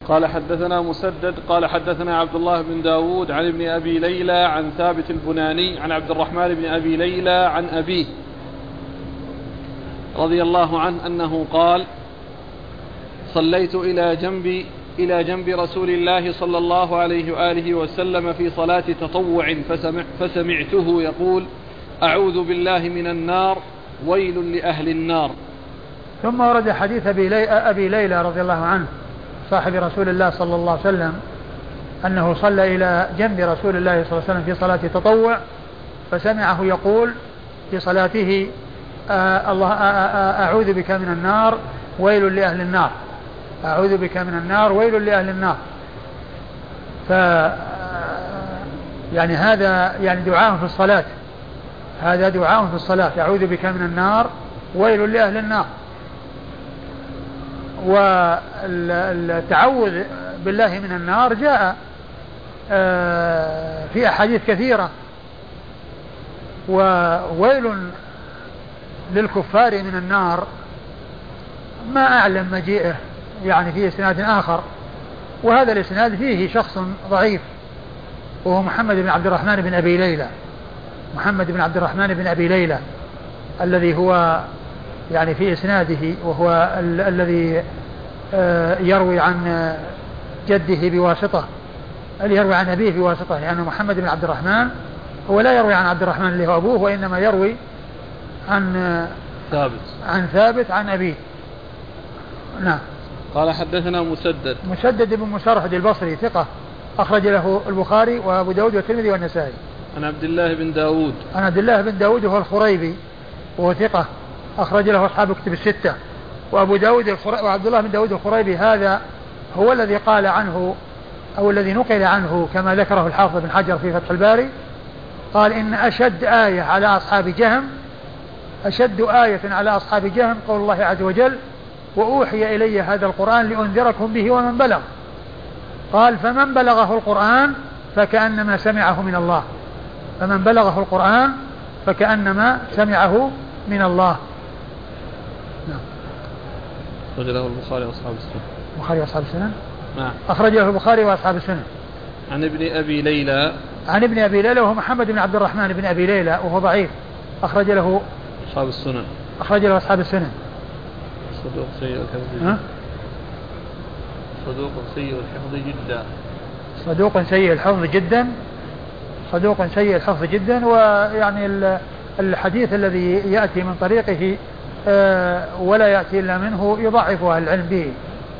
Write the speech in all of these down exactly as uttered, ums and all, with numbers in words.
قال حدثنا مسدد قال حدثنا عبد الله بن داود عن ابن أبي ليلى عن ثابت البناني عن عبد الرحمن بن أبي ليلى عن أبيه رضي الله عنه أنه قال صليت إلى جنب إلى جنب رسول الله صلى الله عليه وآله وسلم في صلاة تطوع فسمع فسمعته يقول أعوذ بالله من النار ويل لأهل النار. ثم ورد حديث أبي, لي أبي ليلى رضي الله عنه صاحب رسول الله صلى الله عليه وسلم أنه صلى إلى جنب رسول الله صلى الله عليه وسلم في صلاة تطوع فسمعه يقول في صلاته آه الله آه أعوذ بك من النار ويل لأهل النار، أعوذ بك من النار ويل لأهل النار. ف يعني هذا يعني دعاء في الصلاة، هذا دعاء في الصلاة، أعوذ بك من النار ويل لأهل النار. والتعوذ بالله من النار جاء في أحاديث كثيرة، وويل للكفار من النار ما أعلم مجيئه يعني في إسناد آخر، وهذا الإسناد فيه شخص ضعيف وهو محمد بن عبد الرحمن بن أبي ليلى، محمد بن عبد الرحمن بن أبي ليلى الذي هو يعني في إسناده، وهو ال- الذي يروي عن جده بواسطة، اللي يروي عن أبيه بواسطة، لأن محمد بن عبد الرحمن هو لا يروي عن عبد الرحمن اللي هو أبوه، وإنما يروي عن ثابت عن ثابت عن أبيه. نعم. قال حدثنا مسدد مسدد بن مسرهد البصري ثقة أخرج له البخاري وأبو داود والترمذي والنسائي. عن عبد الله بن داود عن عبد الله بن داود وهو الخريبي وهو ثقة أخرج له أصحاب كتب الستة. وأبو داود وعبد الله بن داود الخريبي هذا هو الذي قال عنه أو الذي نقل عنه كما ذكره الحافظ بن حجر في فتح الباري، قال إن أشد آية على أصحاب جهم أشد آية على أصحاب جهم قول الله عز وجل وأوحي إلي هذا القرآن لأنذركم به ومن بلغ. قال فمن بلغه القرآن فكأنما سمعه من الله، فمن بلغه القرآن فكأنما سمعه من الله. نعم. أخرج له البخاري وأصحاب السنن. البخاري وأصحاب السنن. نعم. أخرج له البخاري وأصحاب السنن. عن ابن أبي ليلى عن ابن أبي ليلى وهو محمد بن عبد الرحمن بن أبي ليلى وهو ضعيف أخرج له أصحاب السنن. أخرج له أصحاب السنن. صدوق سيء الحفظ. صدوق سيء الحفظ جدا. صدوق سيء الحفظ جدا. صدوق سيء الحفظ جدا. ويعني الحديث الذي يأتي من طريقه ولا يأتي إلا منه يضعف أهل العلم به.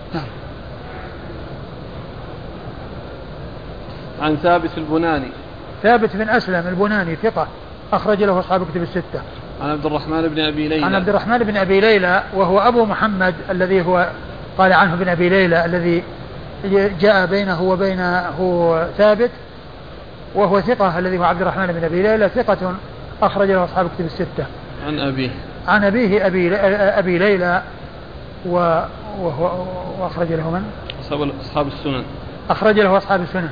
عن ثابت البناني. ثابت بن أسلم البناني ثقة أخرج له أصحاب كتب الستة. عن عبد الرحمن بن أبي ليلى. عن عبد الرحمن بن أبي ليلى وهو أبو محمد الذي هو قال عنه بن أبي ليلى الذي جاء بينه وبينه ثابت، وهو ثقة الذي هو عبد الرحمن بن أبي ليلى ثقة أخرج له أصحاب كتب الستة. عن أبيه. عن أبيه أبي, أبي ليلى وهو وأخرج له من؟ أصحاب السنن. أخرج له أصحاب السنن.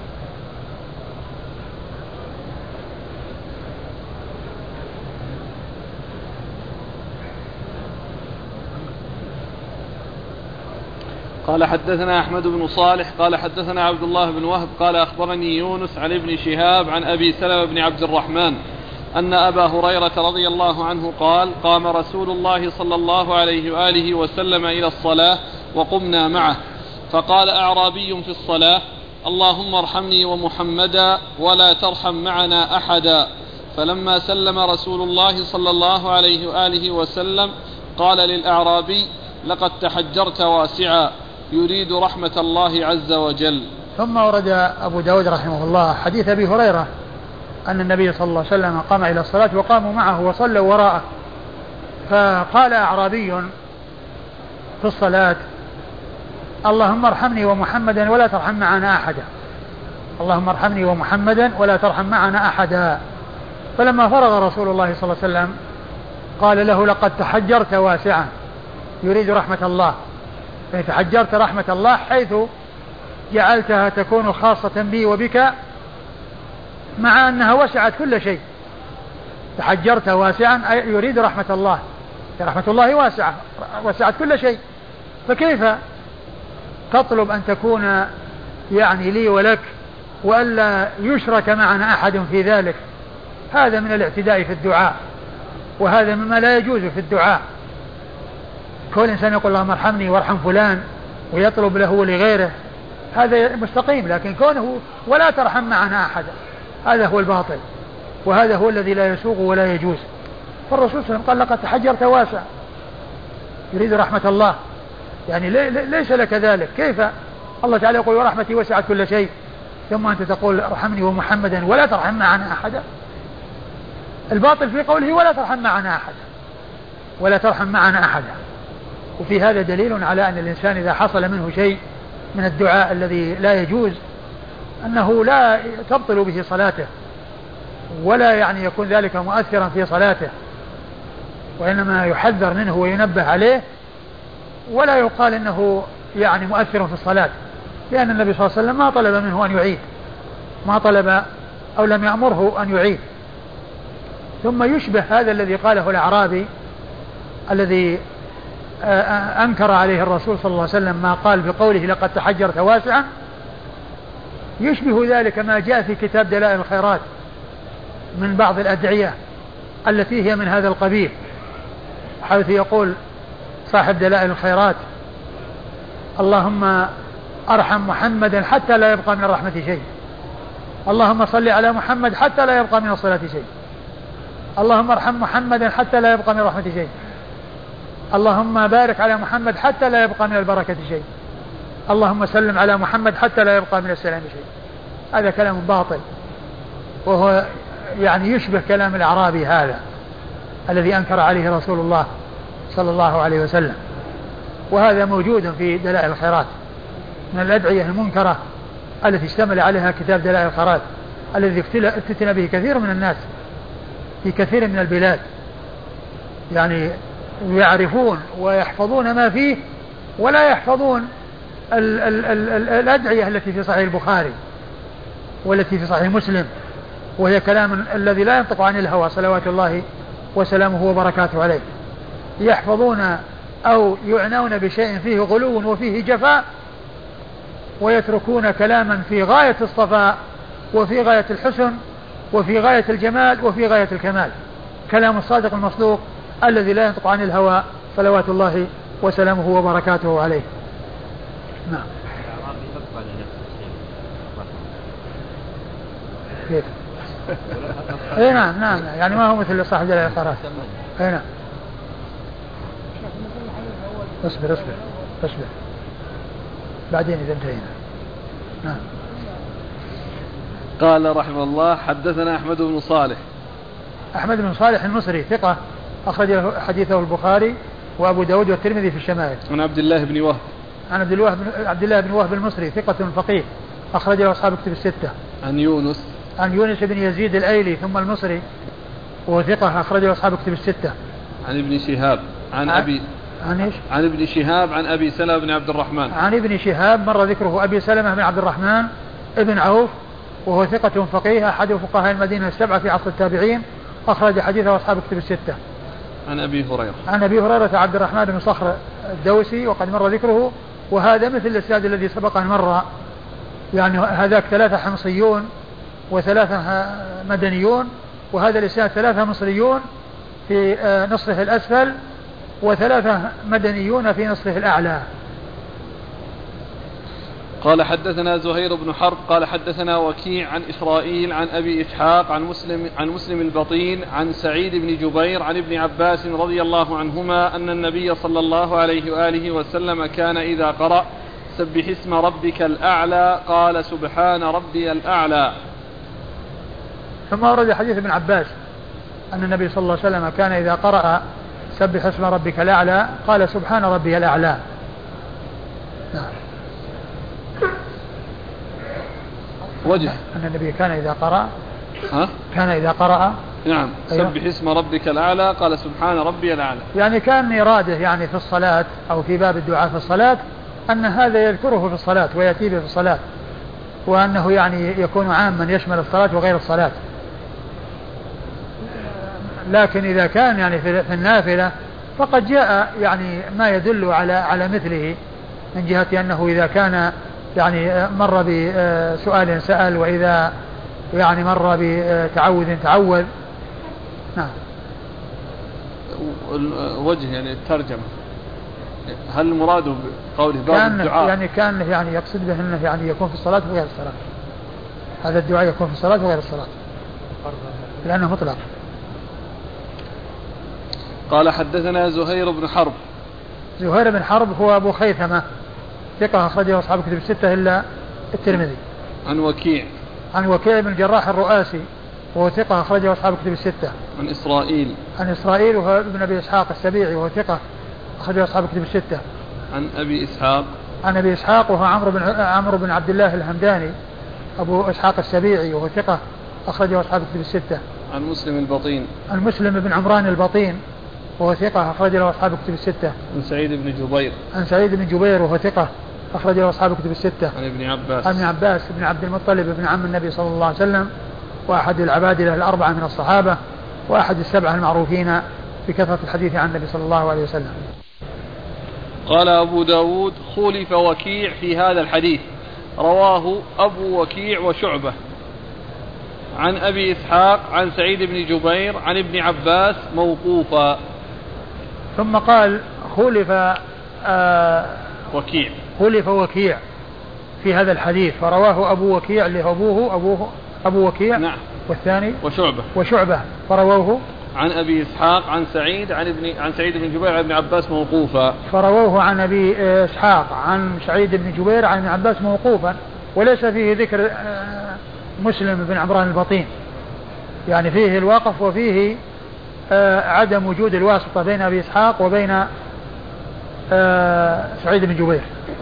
قال حدثنا أحمد بن صالح قال حدثنا عبد الله بن وهب قال أخبرني يونس عن ابن شهاب عن أبي سلمة بن عبد الرحمن أن أبا هريرة رضي الله عنه قال قام رسول الله صلى الله عليه وآله وسلم إلى الصلاة وقمنا معه فقال أعرابي في الصلاة اللهم ارحمني ومحمدا ولا ترحم معنا أحدا. فلما سلم رسول الله صلى الله عليه وآله وسلم قال للأعرابي لقد تحجرت واسعا يريد رحمة الله عز وجل. ثم ورد أبو داود رحمه الله حديث أبي هريرة أن النبي صلى الله عليه وسلم قام إلى الصلاة وقاموا معه وصلوا وراءه، فقال أعرابي في الصلاة اللهم ارحمني ومحمدا ولا ترحم معنا أحدا، اللهم ارحمني ومحمدا ولا ترحم معنا أحدا. فلما فرغ رسول الله صلى الله عليه وسلم قال له لقد تحجرت واسعا يريد رحمة الله، يعني تحجرت رحمة الله حيث جعلتها تكون خاصة بي وبك مع أنها وسعت كل شيء. تحجرت واسعا أي يريد رحمة الله، رحمة الله واسعة وسعت كل شيء، فكيف تطلب أن تكون يعني لي ولك وألا يشرك معنا أحد في ذلك، هذا من الاعتداء في الدعاء، وهذا مما لا يجوز في الدعاء. كل إنسان يقول اللهم ارحمني وارحم فلان ويطلب له ولغيره هذا مستقيم، لكن كونه ولا ترحم معنا أحدا هذا هو الباطل، وهذا هو الذي لا يسوغ ولا يجوز. فالرسول صلى الله عليه وسلم قال لقد تحجرت واسع، يريد رحمة الله، يعني ليس لك ذلك. كيف الله تعالى يقول ورحمتي وسعت كل شيء، ثم أنت تقول ارحمني ومحمدا ولا ترحم معنا أحدا؟ الباطل في قوله ولا ترحم معنا أحدا، ولا ترحم معنا أحدا. وفي هذا دليل على أن الإنسان إذا حصل منه شيء من الدعاء الذي لا يجوز أنه لا تبطل به صلاته، ولا يعني يكون ذلك مؤثرا في صلاته، وإنما يحذر منه وينبه عليه، ولا يقال إنه يعني مؤثر في الصلاة، لأن النبي صلى الله عليه وسلم ما طلب منه أن يعيد، ما طلب أو لم يأمره أن يعيد. ثم يشبه هذا الذي قاله الأعرابي الذي أنكر عليه الرسول صلى الله عليه وسلم ما قال بقوله لقد تحجرت واسعا، يشبه ذلك ما جاء في كتاب دلائل الخيرات من بعض الأدعية التي هي من هذا القبيل، حيث يقول صاحب دلائل الخيرات اللهم أرحم محمدا حتى لا يبقى من الرحمة شيء، اللهم صل على محمد حتى لا يبقى من الصلاة شيء، اللهم ارحم محمدا حتى لا يبقى من الرحمة شيء، اللهم بارك على محمد حتى لا يبقى من البركة شيء، اللهم سلم على محمد حتى لا يبقى من السلام شيء. هذا كلام باطل، وهو يعني يشبه كلام الأعرابي هذا الذي أنكر عليه رسول الله صلى الله عليه وسلم. وهذا موجود في دلائل الخيرات من الأدعية المنكرة التي اشتمل عليها كتاب دلائل الخيرات الذي افتتن به كثير من الناس في كثير من البلاد، يعني يعرفون ويحفظون ما فيه ولا يحفظون ال ال ال ال الأدعية التي في صحيح البخاري والتي في صحيح مسلم، وهي كلام الذي لا ينطق عن الهوى صلوات الله وسلامه وبركاته عليه. يحفظون أو يعنون بشيء فيه غلو وفيه جفاء، ويتركون كلاما في غاية الصفاء وفي غاية الحسن وفي غاية الجمال وفي غاية الكمال، كلام الصادق المصدوق الذي لا ينطق عن الهوى صلوات الله وسلامه وبركاته عليه. نعم. كيف؟ اي نعم نعم، يعني ما هو مثل صاحب دلائل الخيرات. اي نعم. اصبر اصبر اصبر بعدين إذا انتهينا. نعم. قال رحمه الله حدثنا أحمد بن صالح. أحمد بن صالح المصري ثقة أخرج حديثه البخاري وأبو داود والترمذي في الشمائل. عن عبد الله بن وهب. عن عبد الله بن عبد الله بن وهب المصري ثقة فقيه أخرج له أصحاب كتب الستة. عن يونس. عن يونس بن يزيد الأيلي ثم المصري وهو ثقة أخرج له أصحاب كتب الستة. عن ابن شهاب عن, عن أبي عن إيش؟ عن ابن شهاب عن أبي سلمة بن عبد الرحمن. عن ابن شهاب مر ذكره أبي سلمة بن عبد الرحمن ابن عوف وهو ثقة فقيه أحد فقهاء المدينة السبعة في عصر التابعين أخرج حديثه أصحاب كتب الستة. عن أبي هريرة. عن أبي هريرة عبد الرحمن بن صخر الدوسي وقد مر ذكره، وهذا مثل الإسناد الذي سبق أن مر، يعني هذاك ثلاثة حمصيون وثلاثة مدنيون، وهذا الإسناد ثلاثة مصريون في نصفه الأسفل وثلاثة مدنيون في نصفه الأعلى. قال حدثنا زهير بن حرب قال حدثنا وكيع عن إسرائيل عن أبي إسحاق عن مسلم عن مسلم البطين عن سعيد بن جبير عن ابن عباس رضي الله عنهما أن النبي صلى الله عليه وآله وسلم كان إذا قرأ سبح اسم ربك الأعلى قال سبحان ربي الأعلى. ثم ورد حديث ابن عباس أن النبي صلى الله عليه وسلم كان إذا قرأ سبح اسم ربك الأعلى قال سبحان ربي الأعلى. نعم. وجه أن النبي كان إذا قرأ ها؟ كان إذا قرأ نعم أيوه. سبح اسم ربك الأعلى قال سبحان ربي الأعلى، يعني كان إراده يعني في الصلاة أو في باب الدعاء في الصلاة أن هذا يذكره في الصلاة ويأتي به في الصلاة، وأنه يعني يكون عاما يشمل الصلاة وغير الصلاة. لكن إذا كان يعني في النافلة فقد جاء يعني ما يدل على على مثله من جهة أنه إذا كان يعني مر بسؤال سأل، وإذا يعني مر بتعوذ تعوذ. نعم. وجه يعني الترجمة، هل المراد بقوله باب الدعاء يعني كان يعني يقصد به أنه يعني يكون في الصلاة وغير الصلاة، هذا الدعاء يكون في الصلاة وغير الصلاة لأنه مطلق. قال حدثنا زهير بن حرب. زهير بن حرب هو أبو خيثمة ثقة أخرجه أصحاب الكتب الستة إلا الترمذي. عن وكيع. عن وكيع بن الجراح الرؤاسي وهو ثقة أخرجه أصحاب الكتب الستة. عن إسرائيل. عن إسرائيل وهو ابن أبي إسحاق السبيعي وهو ثقة أخرجه أصحاب الكتب الستة. عن أبي إسحاق. عن أبي إسحاق وهو عمرو بن عمرو بن عبد الله الهمداني أبو إسحاق السبيعي وهو ثقة أخرجه أصحاب الكتب الستة. عن مسلم البطين. عن مسلم بن عمران البطين وهو ثقة أخرج له أصحاب الكتب الستة. عن سعيد بن جبير. عن سعيد بن جبير وهو ثقة أخرج له أصحاب الكتب الستة. عن ابن عباس. عن ابن عباس بن عبد المطلب بن عم النبي صلى الله عليه وسلم وأحد العبادلة الأربعة من الصحابة وأحد السبعة المعروفين بكثرة الحديث عن النبي صلى الله عليه وسلم. قال أبو داود خولف وكيع في هذا الحديث، رواه أبو وكيع وشعبة عن أبي إسحاق عن سعيد بن جبير عن ابن عباس موقوفا. ثم قال خولف آه وكيع خولف وكيع في هذا الحديث، فرواه أبو وكيع اللي هو أبوه أبوه أبو وكيع. نعم. والثاني وشعبة. وشعبة فرواه عن أبي إسحاق عن سعيد عن ابن عن سعيد بن جبير عن ابن عباس موقوفا. فرواه عن أبي إسحاق عن سعيد بن جبير عن ابن عباس موقوفا، وليس فيه ذكر مسلم بن عمران البطين، يعني فيه الوقف وفيه عدم وجود الواسطة بين أبي إسحاق وبين سعيد بن جبير.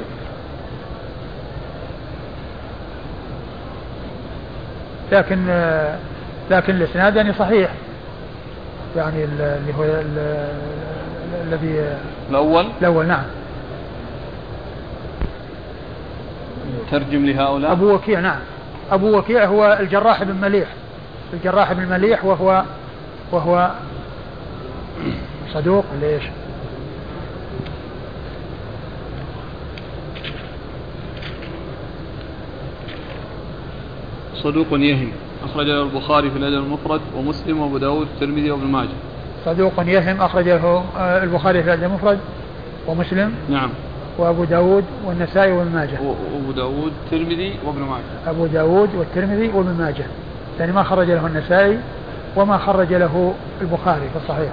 لكن لكن الإسناد يعني صحيح، يعني اللي هو الذي الأول الأول نعم. ترجم لهؤلاء. أبو وكيع نعم. أبو وكيع هو الجراح بن مليح، الجراح بن مليح وهو وهو صدوق ليش؟ صدوق يهم أخرج له البخاري في الأدب المفرد ومسلم وأبو داود والترمذي وابن ماجه. صدوق يهم أخرج له البخاري في الأدب المفرد ومسلم. نعم. وأبو داود والنسائي وابن ماجه. وأبو داود والترمذي وابن ماجه. أبو داود والترمذي وابن ماجه، يعني ما خرج له النسائي وما خرج له البخاري في الصحيح.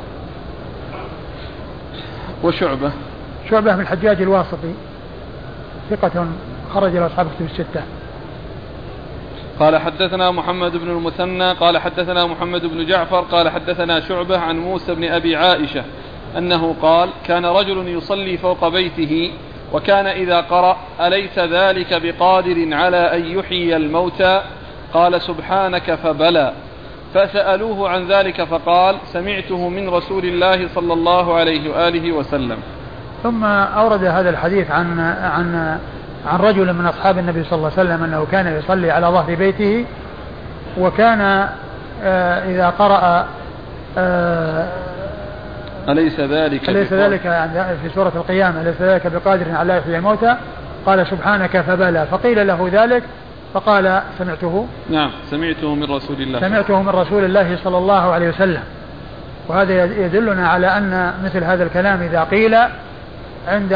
وشعبة. شعبة من الحجاج الواسطي ثقة خرج له أصحاب الكتب الستة. قال حدثنا محمد بن المثنى قال حدثنا محمد بن جعفر قال حدثنا شعبة عن موسى بن أبي عائشة أنه قال كان رجل يصلي فوق بيته وكان إذا قرأ أليس ذلك بقادر على أن يحيي الموتى قال سبحانك فبلى، فسألوه عن ذلك فقال سمعته من رسول الله صلى الله عليه وآله وسلم. ثم أورد هذا الحديث عن عن عن رجل من أصحاب النبي صلى الله عليه وسلم أنه كان يصلي على ظهر بيته وكان آه إذا قرأ آه أليس ذلك أليس ذلك يعني في سورة القيامة أليس ذلك بقادر على يحيي الموتى قال سبحانك فبلى، فقيل له ذلك فقال سمعته. نعم سمعته من رسول الله سمعته من رسول الله صلى الله عليه وسلم. وهذا يدلنا على أن مثل هذا الكلام إذا قيل عند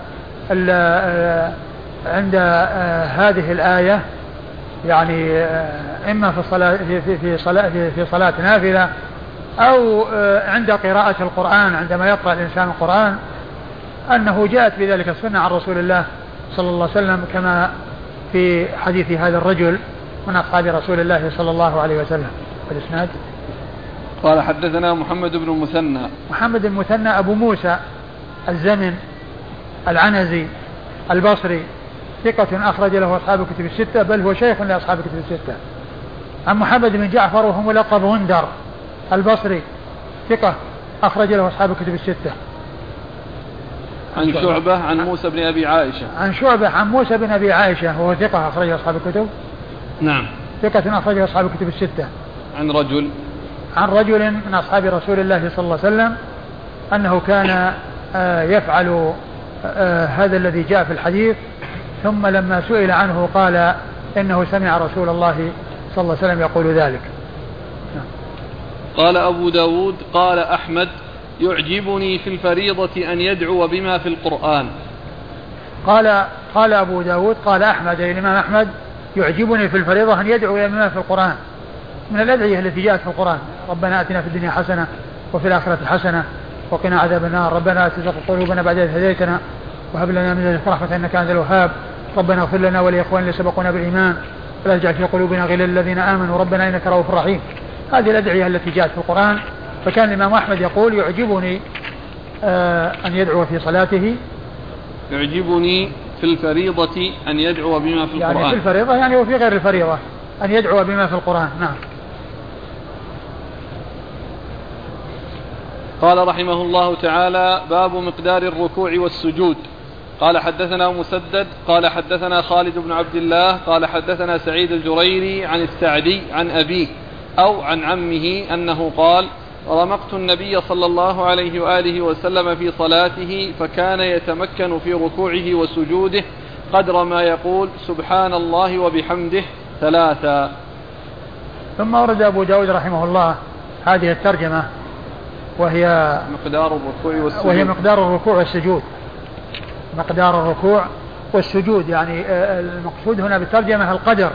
عند هذه الآية يعني إما في الصلاة في في صلاة في صلاة نافلة أو عند قراءة القرآن عندما يقرأ الإنسان القرآن أنه جاءت بذلك السنة عن رسول الله صلى الله عليه وسلم كما في حديث هذا الرجل من أصحاب رسول الله صلى الله عليه وسلم. الإسناد قال حدثنا محمد بن المثنى. محمد بن المثنى أبو موسى الزمن العنزي البصري ثقة أخرج له أصحاب الكتب الستة بل هو شيخ لأصحاب الكتب الستة. عن محمد بن جعفر وهو ملقب غندر البصري ثقة أخرج له أصحاب الكتب الستة. عن شعبة عن موسى بن أبي عائشة. عن شعبة عن موسى بن أبي عائشة وهو ثقة أخرج أصحاب الكتب. نعم. ثقة أخرج أصحاب الكتب الستة. عن رجل عن رجل من أصحاب رسول الله صلى الله عليه وسلم أنه كان يفعل آه هذا الذي جاء في الحديث. ثم لما سئل عنه قال إنه سمع رسول الله صلى الله عليه وسلم يقول ذلك. قال أبو داود قال أحمد يعجبني في الفريضة أن يدعو بما في القرآن. قال قال أبو داود قال أحمد أي الإمام أحمد يعجبني في الفريضة أن يدعو بما في القرآن من الأدعية التي جاءت في القرآن. ربنا آتنا في الدنيا حسنة وفي الآخرة حسنة وقنا عذاب النار. ربنا لا تزغ قلوبنا بعد إذ هديتنا وهب لنا من لدنك رحمة إنك أنت الوهاب. ربنا اغفر لنا ولإخواننا الذين سبقونا بالإيمان ولا تجعل في قلوبنا غلا للذين آمنوا ربنا إنك رؤوف رحيم. هذه الأدعية التي جاءت في القرآن. فكان الإمام أحمد يقول يعجبني آه أن يدعو في صلاته. يعجبني في الفريضة أن يدعو بما في القرآن. يعني في الفريضة يعني وفي غير الفريضة أن يدعو بما في القرآن. نعم. قال رحمه الله تعالى باب مقدار الركوع والسجود. قال حدثنا مسدد قال حدثنا خالد بن عبد الله قال حدثنا سعيد الجريري عن السعدي عن أبيه أو عن عمه أنه قال رمقت النبي صلى الله عليه وآله وسلم في صلاته فكان يتمكن في ركوعه وسجوده قدر ما يقول سبحان الله وبحمده ثلاثا. ثم ورد أبو داود رحمه الله هذه الترجمة وهي مقدار الركوع والسجود. وهي مقدار الركوع والسجود. مقدار الركوع والسجود يعني المقصود هنا بالترجمة القدر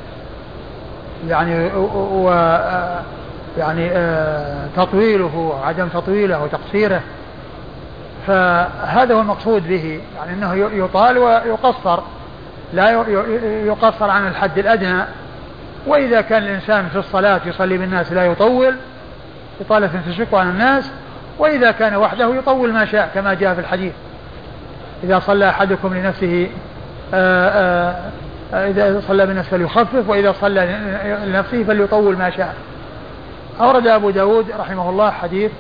يعني و يعني تطويله وعدم تطويله وتقصيره. فهذا هو المقصود به يعني أنه يطال ويقصر لا يقصر عن الحد الأدنى. وإذا كان الإنسان في الصلاة يصلي بالناس لا يطول إطالة تشق عن الناس. وإذا كان وحده يطول ما شاء كما جاء في الحديث إذا صلى أحدكم لنفسه آآ آآ إذا صلى بالناس فليخفف وإذا صلى لنفسه فليطول ما شاء. أورد أبو داود رحمه الله حديث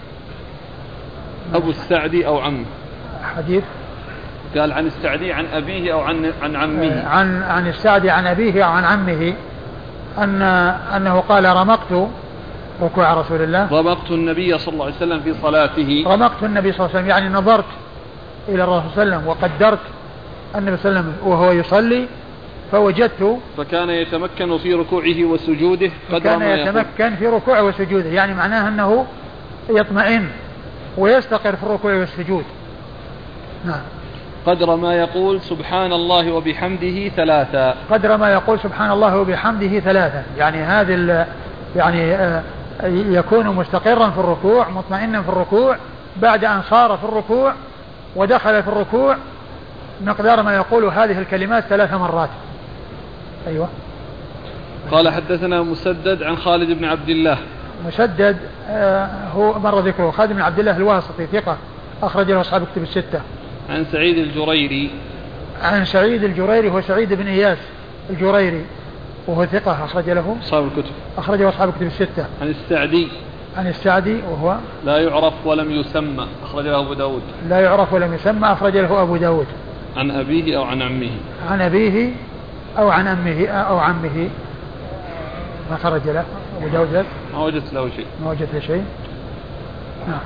أبو السعدي أو عمه. حديث قال عن السعدي عن أبيه أو عن عن عمه. عن عن السعدي عن أبيه أو عن عمه أن أنه قال رمقت ركوع رسول الله. رمقت النبي صلى الله عليه وسلم في صلاته. رمقت النبي صلى الله عليه وسلم يعني نظرت إلى الرسول صلى الله عليه وسلم وقدرت النبي صلى الله عليه وسلم وهو يصلي فوجدت فكان يتمكن في ركوعه وسجوده قدر كان ما يتمكن في ركوعه وسجوده يعني معناه أنه يطمئن ويستقر في الركوع والسجود. نعم. قدر ما يقول سبحان الله وبحمده ثلاثا. قدر ما يقول سبحان الله وبحمده ثلاثا يعني هذه يعني آه يكون مستقرا في الركوع مطمئنا في الركوع بعد أن صار في الركوع ودخل في الركوع مقدار ما يقول هذه الكلمات ثلاث مرات. أيوة. قال حدثنا مسدد عن خالد بن عبد الله. مسدد آه هو مر ذكره خالد بن عبد الله الواسطي ثقة أخرج له أصحاب كتب الستة. عن سعيد الجريري. عن سعيد الجريري هو سعيد بن إياس الجريري وهو ثقة أخرج له أصحاب الكتب. أخرج له أصحاب كتب الستة. عن السعدي. عن السعدي وهو لا يعرف ولم يسمى أخرج له أبو داود. لا يعرف ولم يسمى أخرج له أبو داود. عن أبيه أو عن عمه. عن أبيه أو عن أمه أو عمه ما خرج له أبو داود لك؟ ما وجدت له شيء. ما وجدت له شيء. نعم.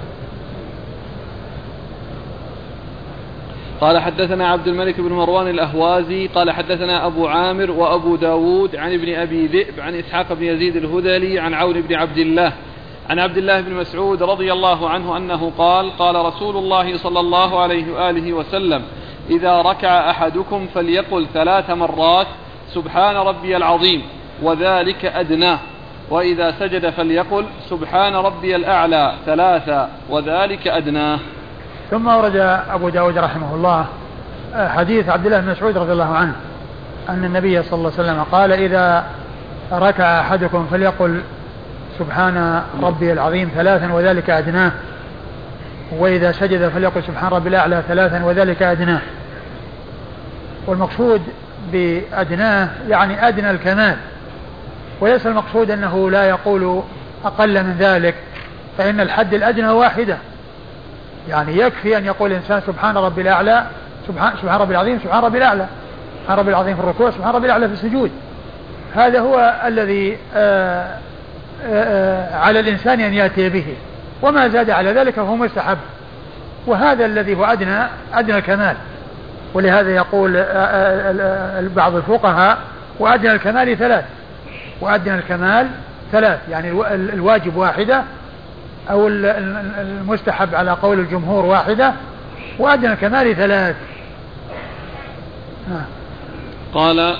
قال حدثنا عبد الملك بن مروان الأهوازي قال حدثنا أبو عامر وأبو داود عن ابن أبي ذئب عن إسحاق بن يزيد الهذلي عن عون بن عبد الله عن عبد الله بن مسعود رضي الله عنه أنه قال قال رسول الله صلى الله عليه وآله وسلم إذا ركع أحدكم فليقل ثلاث مرات سبحان ربي العظيم وذلك أدناه وإذا سجد فليقل سبحان ربي الأعلى ثلاثا وذلك أدناه. ثم ورد أبو داود رحمه الله حديث عبد الله بن مسعود رضي الله عنه أن النبي صلى الله عليه وسلم قال إذا ركع أحدكم فليقل سبحان ربي العظيم ثلاثا وذلك أدناه وإذا سجد فليقل سبحان ربي الأعلى ثلاثا وذلك أدناه. والمقصود بأدناه يعني أدنى الكمال وليس المقصود أنه لا يقول أقل من ذلك فإن الحد الأدنى واحدة يعني يكفي أن يقول الإنسان سبحان ربي الأعلى سبحان, سبحان ربي العظيم سبحان ربي الأعلى سبحان ربي العظيم في الركوع سبحان ربي الأعلى في السجود. هذا هو الذي آآ آآ على الإنسان أن يأتي به وما زاد على ذلك فهو مستحب وهذا الذي هو أدنى أدنى الكمال. ولهذا يقول بعض الفقهاء وأدنى الكمال ثلاث، وأدنى الكمال ثلاث، يعني الواجب واحدة، أو المستحب على قول الجمهور واحدة، وأدنى الكمال ثلاث. قال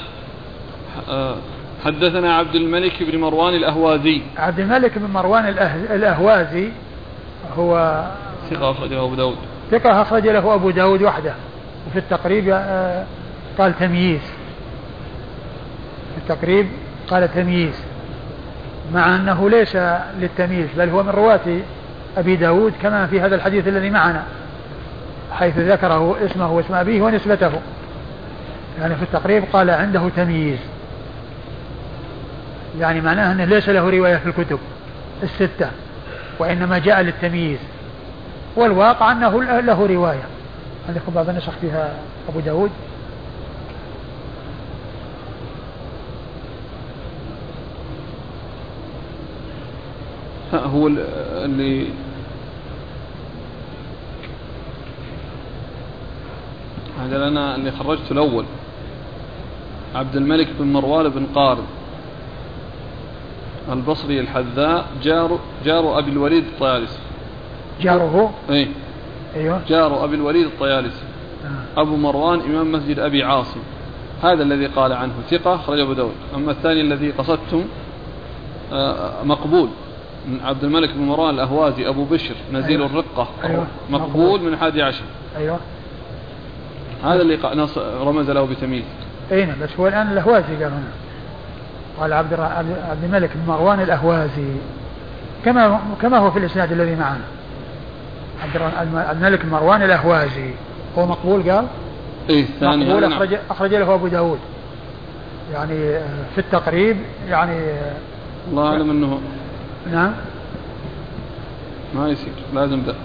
حدثنا عبد الملك بن مروان الأهوازي. عبد الملك بن مروان الأهوازي هو ثقة أخرج له أبو داود. ثقة أخرج له أبو داود وحده. وفي التقريب قال تمييز، في التقريب قال تمييز، مع أنه ليس للتمييز، بل هو من رواة أبي داود كما في هذا الحديث الذي معنا، حيث ذكره اسمه واسم أبيه ونسبته. يعني في التقريب قال عنده تمييز، يعني معناه أنه ليس له رواية في الكتب الستة، وإنما جاء للتمييز، والواقع أنه له رواية. عندكم بعض النسخ فيها أبو داود؟ هو اللي هذا لنا اللي خرجته الأول، عبد الملك بن مروان بن قارب البصري الحذاء، جار جار أبي الوليد الطيالسي. جاره؟ ايه ايوه جار أبي الوليد الطيالسي. آه. أبو مروان إمام مسجد أبي عاصم، هذا الذي قال عنه ثقة خرج أبو داود. أما الثاني الذي قصدتم آه مقبول من عبد الملك بن مروان الأهوازي أبو بشر نزيل أيوة. الرقة أيوة. مقبول من حادي عشر. أيوة. هذا اللي رمز له بتمييز. أين بس هو الآن الأهوازي قال هنا، قال عبد عبد الملك بن مروان الأهوازي كما كما هو في الإسناد الذي معنا. عبد الملك بن مروان الأهوازي هو مقبول قال؟ إيه ثاني مقبول أخرج أخرج له أبو داود، يعني في التقريب، يعني الله أعلم أنه نعم ما يصير، لازم ده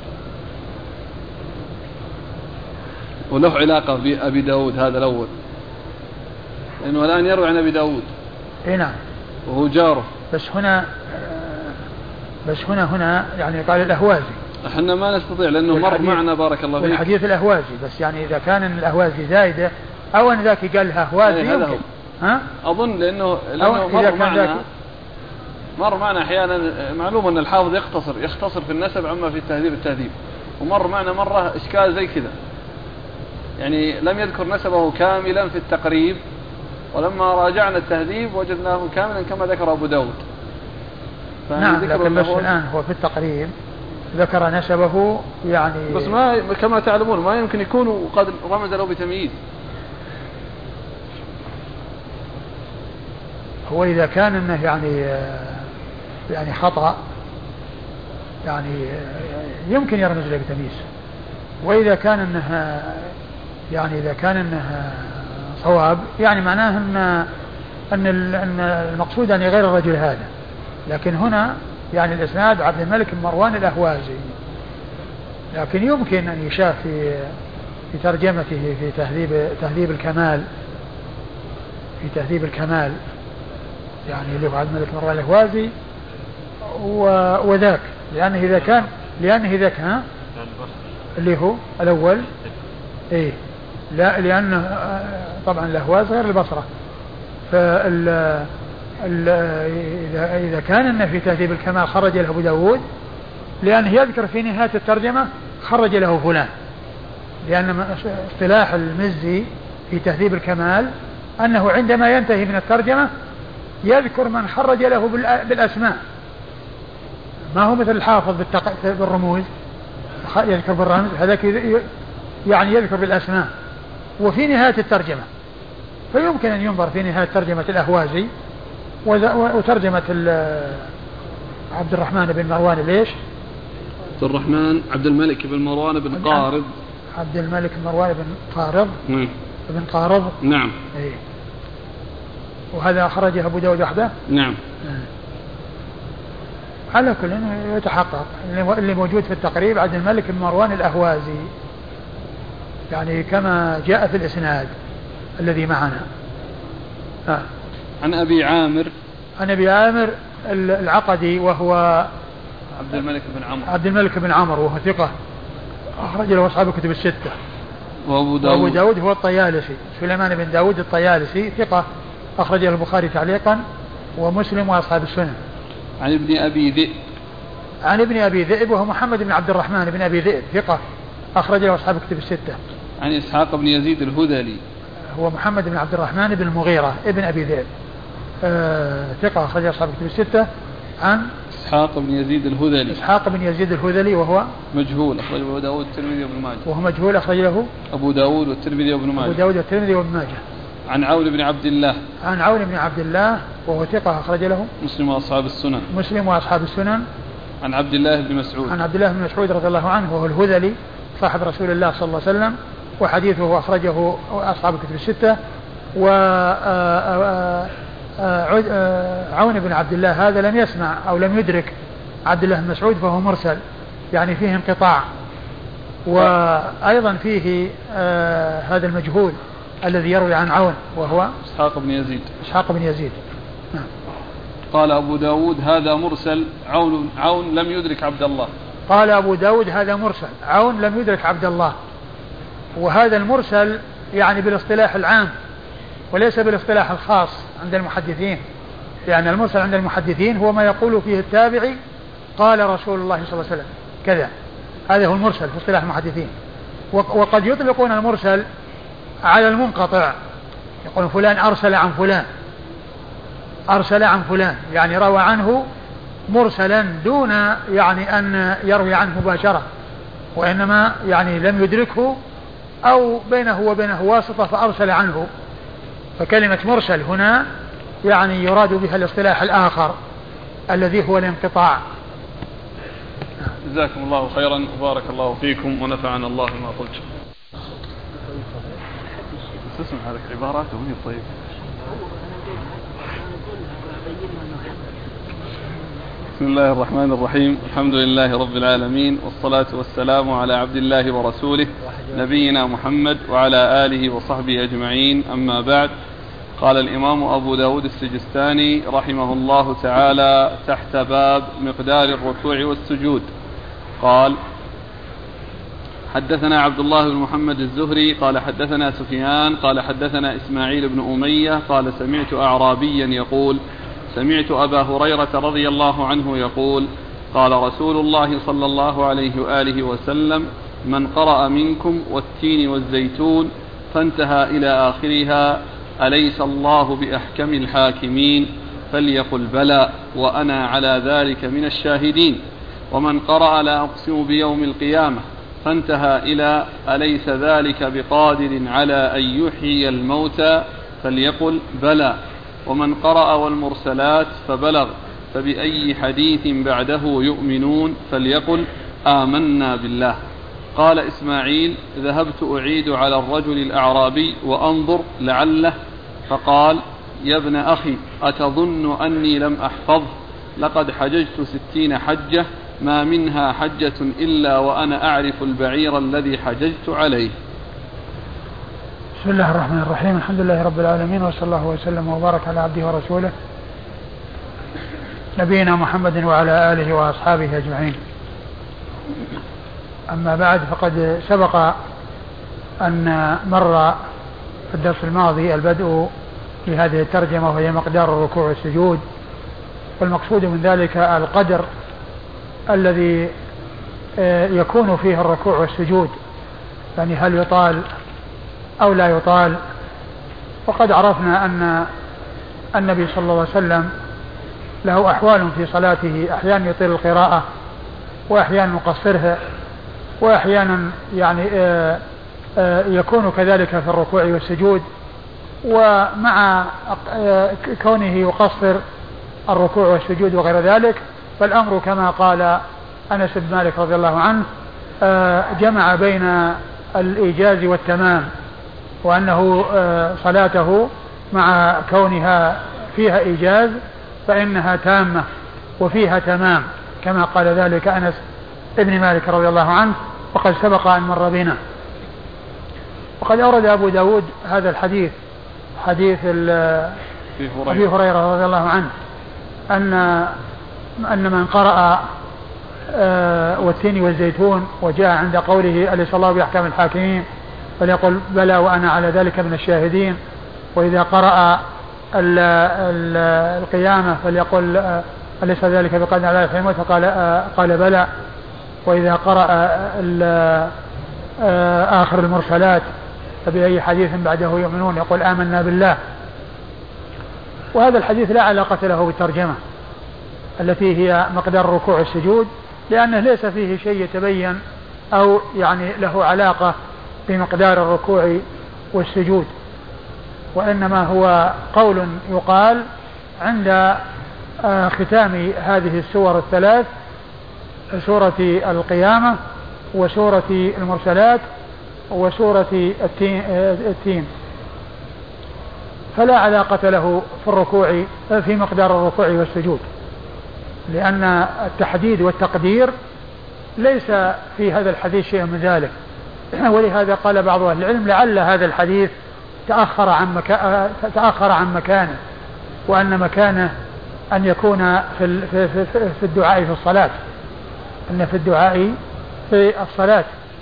وله علاقة بأبي داود هذا الأول، لأنه الآن يروي عن أبي داود. إيه نعم، وهو جاره. بس هنا بس هنا هنا يعني قال الأهوازي، احنا ما نستطيع لأنه مر معنا بارك الله فيك الحديث الأهوازي، بس يعني إذا كان الأهوازي زايدة أو أن ذاك قال أهوازي يعني يمكن، ها؟ أظن لأنه لأنه مر معنا مر معنا أحيانا. معلوم أن الحافظ يختصر يختصر في النسب عما في التهذيب التهذيب، ومر معنا مرة إشكال زي كذا، يعني لم يذكر نسبه كاملا في التقريب، ولما راجعنا التهذيب وجدناه كاملا كما ذكر أبو داود. نعم، لكن بس الآن هو في التقريب ذكر نسبه، يعني بس ما كما تعلمون ما يمكن يكون قد رمز له بتمييز. هو إذا كان إنه يعني يعني خطأ، يعني يمكن يرمز له بتمييز، وإذا كان إنه يعني إذا كان إنه صواب، يعني معناه إن أن أن المقصود يعني غير الرجل هذا. لكن هنا يعني الإسناد عبد الملك بن مروان الأهوازي، لكن يمكن أن يشاف في في ترجمته في تهذيب تهذيب الكمال، في تهذيب الكمال يعني اللي هو عبد الملك بن مروان الأهوازي وذاك، لأنه إذا كان لأنه إذا كان اللي هو الأول إيه لا، لأنه طبعا الأهواز غير البصرة. فال إذا إذا كان إنه في تهذيب الكمال خرج له أبو داود، لأنه يذكر في نهاية الترجمة خرج له فلان، لأن اصطلاح المزي في تهذيب الكمال أنه عندما ينتهي من الترجمة يذكر من خرج له بالأسماء، ما هو مثل الحافظ بالرموز يذكر بالرمز، هذاك يعني يذكر بالأسماء وفي نهاية الترجمة. فيمكن أن ينظر في نهاية ترجمة الأهوازي وترجمة عبد الرحمن بن مروان ليش؟ عبد الرحمن عبد الملك بن مروان بن قارض عبد الملك بن مروان بن قارض نعم بن قارض نعم ايه. وهذا أخرجه أبو داود وحده نعم. على كل يتحقق اللي موجود في التقريب عبد الملك بن مروان الأهوازي، يعني كما جاء في الإسناد الذي معنا. آه. عن أبي عامر عن أبي عامر العقدي وهو عبد الملك بن عمرو عبد الملك بن عمرو وهو ثقة أخرج له أصحاب الكتب الستة. وأبو داود, وأبو داود هو الطيالسي سليمان بن داود الطيالسي ثقة أخرج له البخاري تعليقا ومسلم وأصحاب السنن. عن ابن أبي ذئب عن ابن أبي ذئب وهو محمد بن عبد الرحمن بن أبي ذئب ثقة أخرج له أصحاب الكتب الستة. عن إسحاق بن يزيد الهذلي هو محمد بن عبد الرحمن بن المغيرة ابن أبي ذئب آه ثقة أخرج له أصحاب الكتب الستة. عن إسحاق بن يزيد الهذلي إسحاق بن يزيد الهذلي وهو مجهول أخرج له أبو داود والترمذي وابن ماجه. وهو مجهول أخرج له أبو داود والترمذي وابن ماجه. أبو داود والترمذي وابن ماجه. عن عون بن عبد الله عن عون بن عبد الله وهو ثقة أخرج له مسلم وأصحاب السنن. مسلم وأصحاب السنن. عن عبد الله بن مسعود عن عبد الله بن مسعود رضي الله عنه وهو الهذلي صاحب رسول الله صلى الله عليه وسلم وحديثه أخرجه أصحاب الكتب الستة. و عون بن عبد الله هذا لم يسمع أو لم يدرك عبد الله بن مسعود فهو مرسل يعني فيه انقطاع. وأيضا فيه آه هذا المجهول الذي يروي عن عون وهو إسحاق بن يزيد إسحاق بن يزيد. نعم. قال أبو داود هذا مرسل عون, عون لم يدرك عبد الله. قال أبو داود هذا مرسل عون لم يدرك عبد الله. وهذا المرسل يعني بالاصطلاح العام وليس بالاصطلاح الخاص عند المحدثين لأن يعني المرسل عند المحدثين هو ما يقول فيه التابعي قال رسول الله صلى الله عليه وسلم كذا. هذا هو المرسل في اصطلاح المحدثين. وقد يطلقون المرسل على المنقطع يقول فلان أرسل عن فلان أرسل عن فلان يعني روى عنه مرسلا دون يعني أن يروي عنه مباشرة وإنما يعني لم يدركه أو بينه وبينه واسطة فأرسل عنه. فكلمة مرسل هنا يعني يراد بها الاصطلاح الآخر الذي هو الانقطاع. جزاكم الله خيرا وبارك الله فيكم ونفعنا الله ما قلت. اسمع هذه العبارات وهي طيب. بسم الله الرحمن الرحيم الحمد لله رب العالمين والصلاة والسلام على عبد الله ورسوله نبينا محمد وعلى آله وصحبه أجمعين. أما بعد قال الإمام أبو داود السجستاني رحمه الله تعالى تحت باب مقدار الركوع والسجود قال حدثنا عبد الله بن محمد الزهري قال حدثنا سفيان قال حدثنا إسماعيل بن أمية قال سمعت أعرابيا يقول سمعت أبا هريرة رضي الله عنه يقول قال رسول الله صلى الله عليه وآله وسلم من قرأ منكم والتين والزيتون فانتهى إلى آخرها أليس الله بأحكم الحاكمين فليقل بلى وأنا على ذلك من الشاهدين. ومن قرأ لا أقسم بيوم القيامة فانتهى إلى أليس ذلك بقادر على أن يحيي الموتى فليقل بلى. ومن قرأ والمرسلات فبلغ فبأي حديث بعده يؤمنون فليقل آمنا بالله. قال إسماعيل ذهبت أعيد على الرجل الأعرابي وأنظر لعله فقال يا ابن أخي أتظن أني لم أحفظ لقد حججت ستين حجة ما منها حجة إلا وأنا أعرف البعير الذي حججت عليه. بسم الله الرحمن الرحيم الحمد لله رب العالمين وصلى الله وسلم وبارك على عبده ورسوله نبينا محمد وعلى آله وأصحابه أجمعين. أما بعد فقد سبق أن مر في الدرس الماضي البدء في هذه الترجمة وهي مقدار الركوع والسجود. والمقصود من ذلك القدر الذي يكون فيه الركوع والسجود يعني هل يطال أو لا يطال. وقد عرفنا أن النبي صلى الله عليه وسلم له أحوال في صلاته أحيانا يطيل القراءة وأحيانا يقصرها وأحيانا يعني يكون كذلك في الركوع والسجود. ومع كونه يقصر الركوع والسجود وغير ذلك فالأمر كما قال أنس بن مالك رضي الله عنه جمع بين الإيجاز والتمام وأنه صلاته مع كونها فيها إيجاز فإنها تامة وفيها تمام كما قال ذلك أنس ابن مالك رضي الله عنه وقد سبق أن مر بنا. وقد أورد أبو داود هذا الحديث حديث أبي هريرة رضي الله عنه أن أن من قرأ آه والتين والزيتون، وجاء عند قوله أليس الله بأحكام الحاكمين فليقل بلى وأنا على ذلك من الشاهدين. وإذا قرأ ال ال القيامة فليقل آه أليس ذلك بقدر على الحمد فقال آه قال بلى. وإذا قرأ آه آخر المرسلات فبأي حديث بعده يؤمنون يقول آمنا بالله. وهذا الحديث لا علاقة له بالترجمة التي هي مقدار الركوع والسجود، لأنه ليس فيه شيء يتبين أو يعني له علاقة بمقدار الركوع والسجود، وإنما هو قول يقال عند ختام هذه السور الثلاث، سورة القيامة وسورة المرسلات وسورة التين، فلا علاقة له في الركوع في مقدار الركوع والسجود، لأن التحديد والتقدير ليس في هذا الحديث شيء من ذلك. ولهذا قال بعض أهل العلم لعل هذا الحديث تأخر عن مكا... تأخر عن مكانه، وأن مكانه أن يكون في في في, في الدعاء في الصلاة، أن في الدعاء في الصلاة،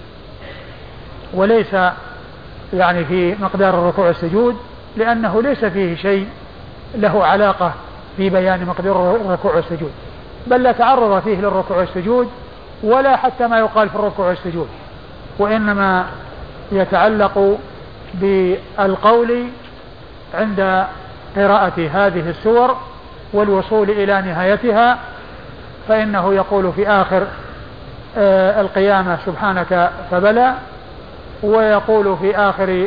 وليس يعني في مقدار الركوع والسجود، لأنه ليس فيه شيء له علاقة في بيان مقدار الركوع والسجود، بل لا تعرض فيه للركوع والسجود ولا حتى ما يقال في الركوع والسجود، وإنما يتعلق بالقول عند قراءة هذه السور والوصول إلى نهايتها، فإنه يقول في آخر آه القيامة سبحانك فبلى، ويقول في آخر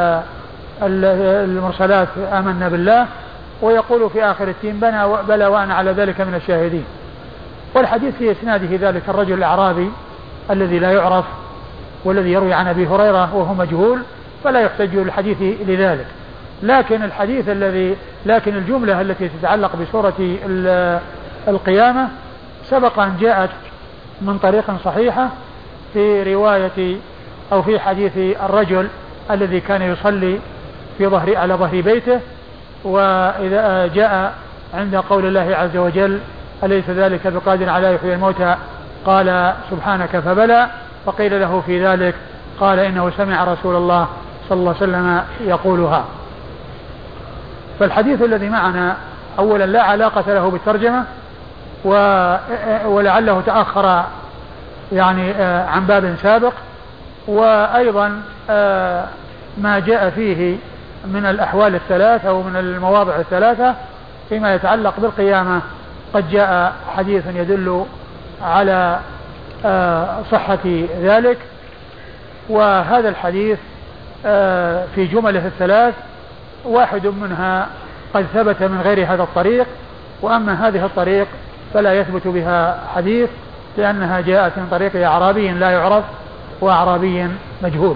المرسلات آمنا بالله، ويقول في آخر التين بلى وأنا على ذلك من الشاهدين. والحديث في إسناده ذلك الرجل الأعرابي الذي لا يعرف والذي يروي عن أبي هريرة وهو مجهول، فلا يحتج الحديث لذلك. لكن الحديث الذي لكن الجملة التي تتعلق بسورة القيامة سبق أن جاءت من طريق صحيحة في رواية أو في حديث الرجل الذي كان يصلي في ظهر على ظهر بيته، وإذا جاء عند قول الله عز وجل أليس ذلك بقادر على يحيي الموتى قال سبحانك فبلى، فقيل له في ذلك قال إنه سمع رسول الله صلى الله عليه وسلم يقولها. فالحديث الذي معنا أولا لا علاقة له بالترجمة، ولعله تأخر يعني عن باب سابق، وأيضا ما جاء فيه من الأحوال الثلاثة أو من المواضع الثلاثة فيما يتعلق بالقيامة قد جاء حديث يدل على صحة ذلك، وهذا الحديث في جمله الثلاث واحد منها قد ثبت من غير هذا الطريق، وأما هذه الطريق فلا يثبت بها حديث، لأنها جاءت من طريق أعرابي لا يعرف وأعرابي مجهول.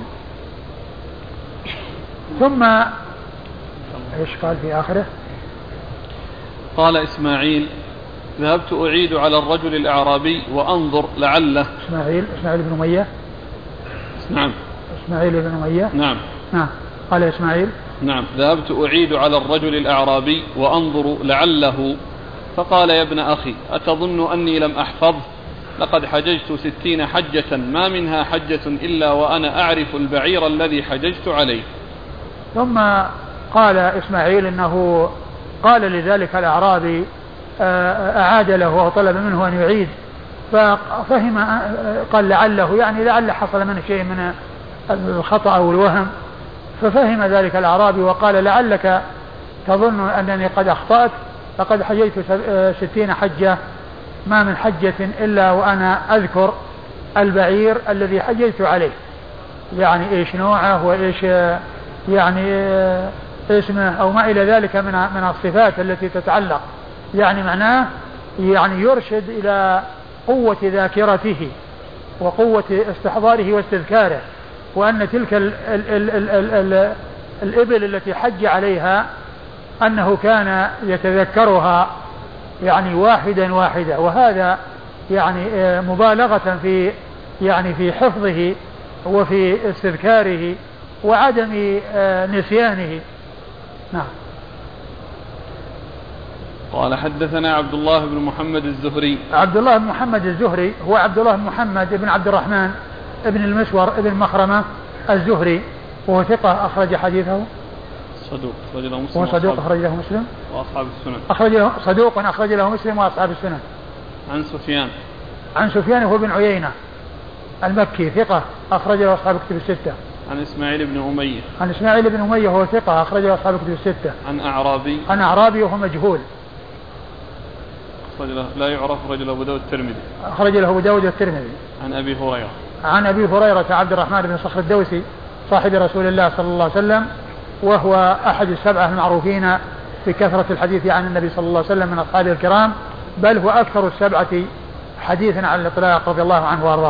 ثم ايش قال في آخره؟ قال إسماعيل ذهبت أعيد على الرجل الأعرابي وأنظر لعله. إسماعيل إسماعيل بن أمية. نعم إسماعيل بن أمية. نعم نعم قال إسماعيل نعم ذهبت أعيد على الرجل الأعرابي وأنظر لعله، فقال يا ابن أخي أتظن أني لم أحفظه؟ لقد حججت ستين حجة ما منها حجة إلا وأنا أعرف البعير الذي حججت عليه. ثم قال إسماعيل إنه قال لذلك الأعرابي أعاد له وطلب منه أن يعيد، ففهم قال لعله يعني لعل حصل منه شيء من الخطأ أو الوهم، ففهم ذلك الأعرابي وقال لعلك تظن أنني قد أخطأت، فقد حجيت ستين حجة ما من حجة إلا وأنا أذكر البعير الذي حجيت عليه، يعني إيش نوعه وإيش يعني اسمه أو ما إلى ذلك من من الصفات التي تتعلق، يعني معناه يعني يرشد إلى قوة ذاكرته وقوة استحضاره واستذكاره، وأن تلك ال ال ال ال ال ال الإبل التي حج عليها أنه كان يتذكرها يعني واحدا واحدا، وهذا يعني مبالغة في يعني في حفظه وفي استذكاره وعدم نسيانه. نعم. قال حدثنا عبد الله بن محمد الزهري. عبد الله بن محمد الزهري هو عبد الله بن محمد بن عبد الرحمن ابن المسور ابن مخرمة الزهري، وهو ثقة أخرج حديثه. صدوق أخرج له مسلم. هو صدوق أخرج له مسلم وأصحاب السنن. أخرج له صدوق أخرج له مسلم وأصحاب السنن. عن سفيان. عن سفيان هو بن عيينة المكي ثقة أخرج له أصحاب الكتب الستة. عن إسماعيل بن أمية. عن إسماعيل بن أمية هو ثقة أخرج له أصحاب الكتب الستة. عن أعرابي. عن أعرابي وهو مجهول. أخرج له لا يعرف رجل أبو داود الترمذي. أخرج له أبو داود الترمذي. عن أبي هريرة. عن أبي هريرة عبد الرحمن بن صخر الدوسي صاحب رسول الله صلى الله عليه وسلم، وهو أحد السبعة المعروفين بكثرة الحديث عن النبي صلى الله عليه وسلم من أصحابه الكرام، بل هو أكثر السبعة حديثا على الإطلاق رضي الله عنه وأرضاه.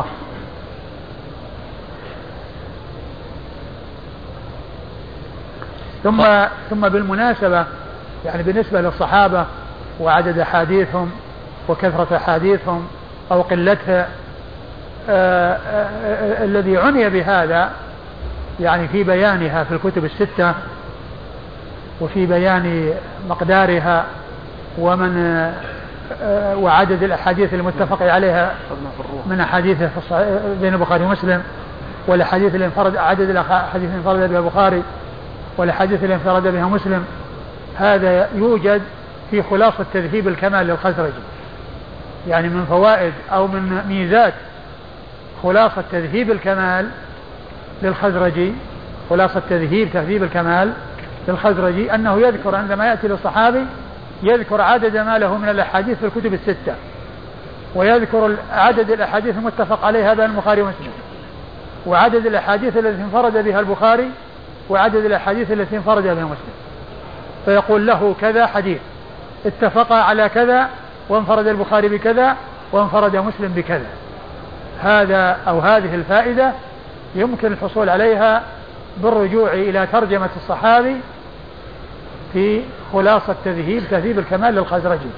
ثم ثم بالمناسبة يعني بالنسبة للصحابة وعدد أحاديثهم وكثرة أحاديثهم أو قلتها، آآ آآ الذي عني بهذا يعني في بيانها في الكتب الستة وفي بيان مقدارها ومن وعدد الأحاديث المتفق عليها من أحاديث بين البخاري ومسلم، والأحاديث اللي انفرد عدد الأحاديث اللي انفرد بها البخاري والأحاديث اللي انفرد بها مسلم. هذا يوجد في خلاصة تذهيب الكمال للخزرجي، يعني من فوائد أو من ميزات خلاصة تذهيب الكمال للخزرجي، خلاصة تذهيب تهذيب الكمال للخزرجي أنه يذكر عندما يأتي للصحابي يذكر عدد ما له من الأحاديث في الكتب الستة، ويذكر عدد الأحاديث المتفق عليها بين البخاري ومسلم، وعدد الأحاديث التي انفرد بها البخاري، وعدد الأحاديث التي انفرد بها مسلم، فيقول له كذا حديث اتفق على كذا وانفرد البخاري بكذا وانفرد مسلم بكذا. هذا أو هذه الفائدة يمكن الحصول عليها بالرجوع إلى ترجمة الصحابي في خلاصة تذهيب تهذيب الكمال للخزرجي.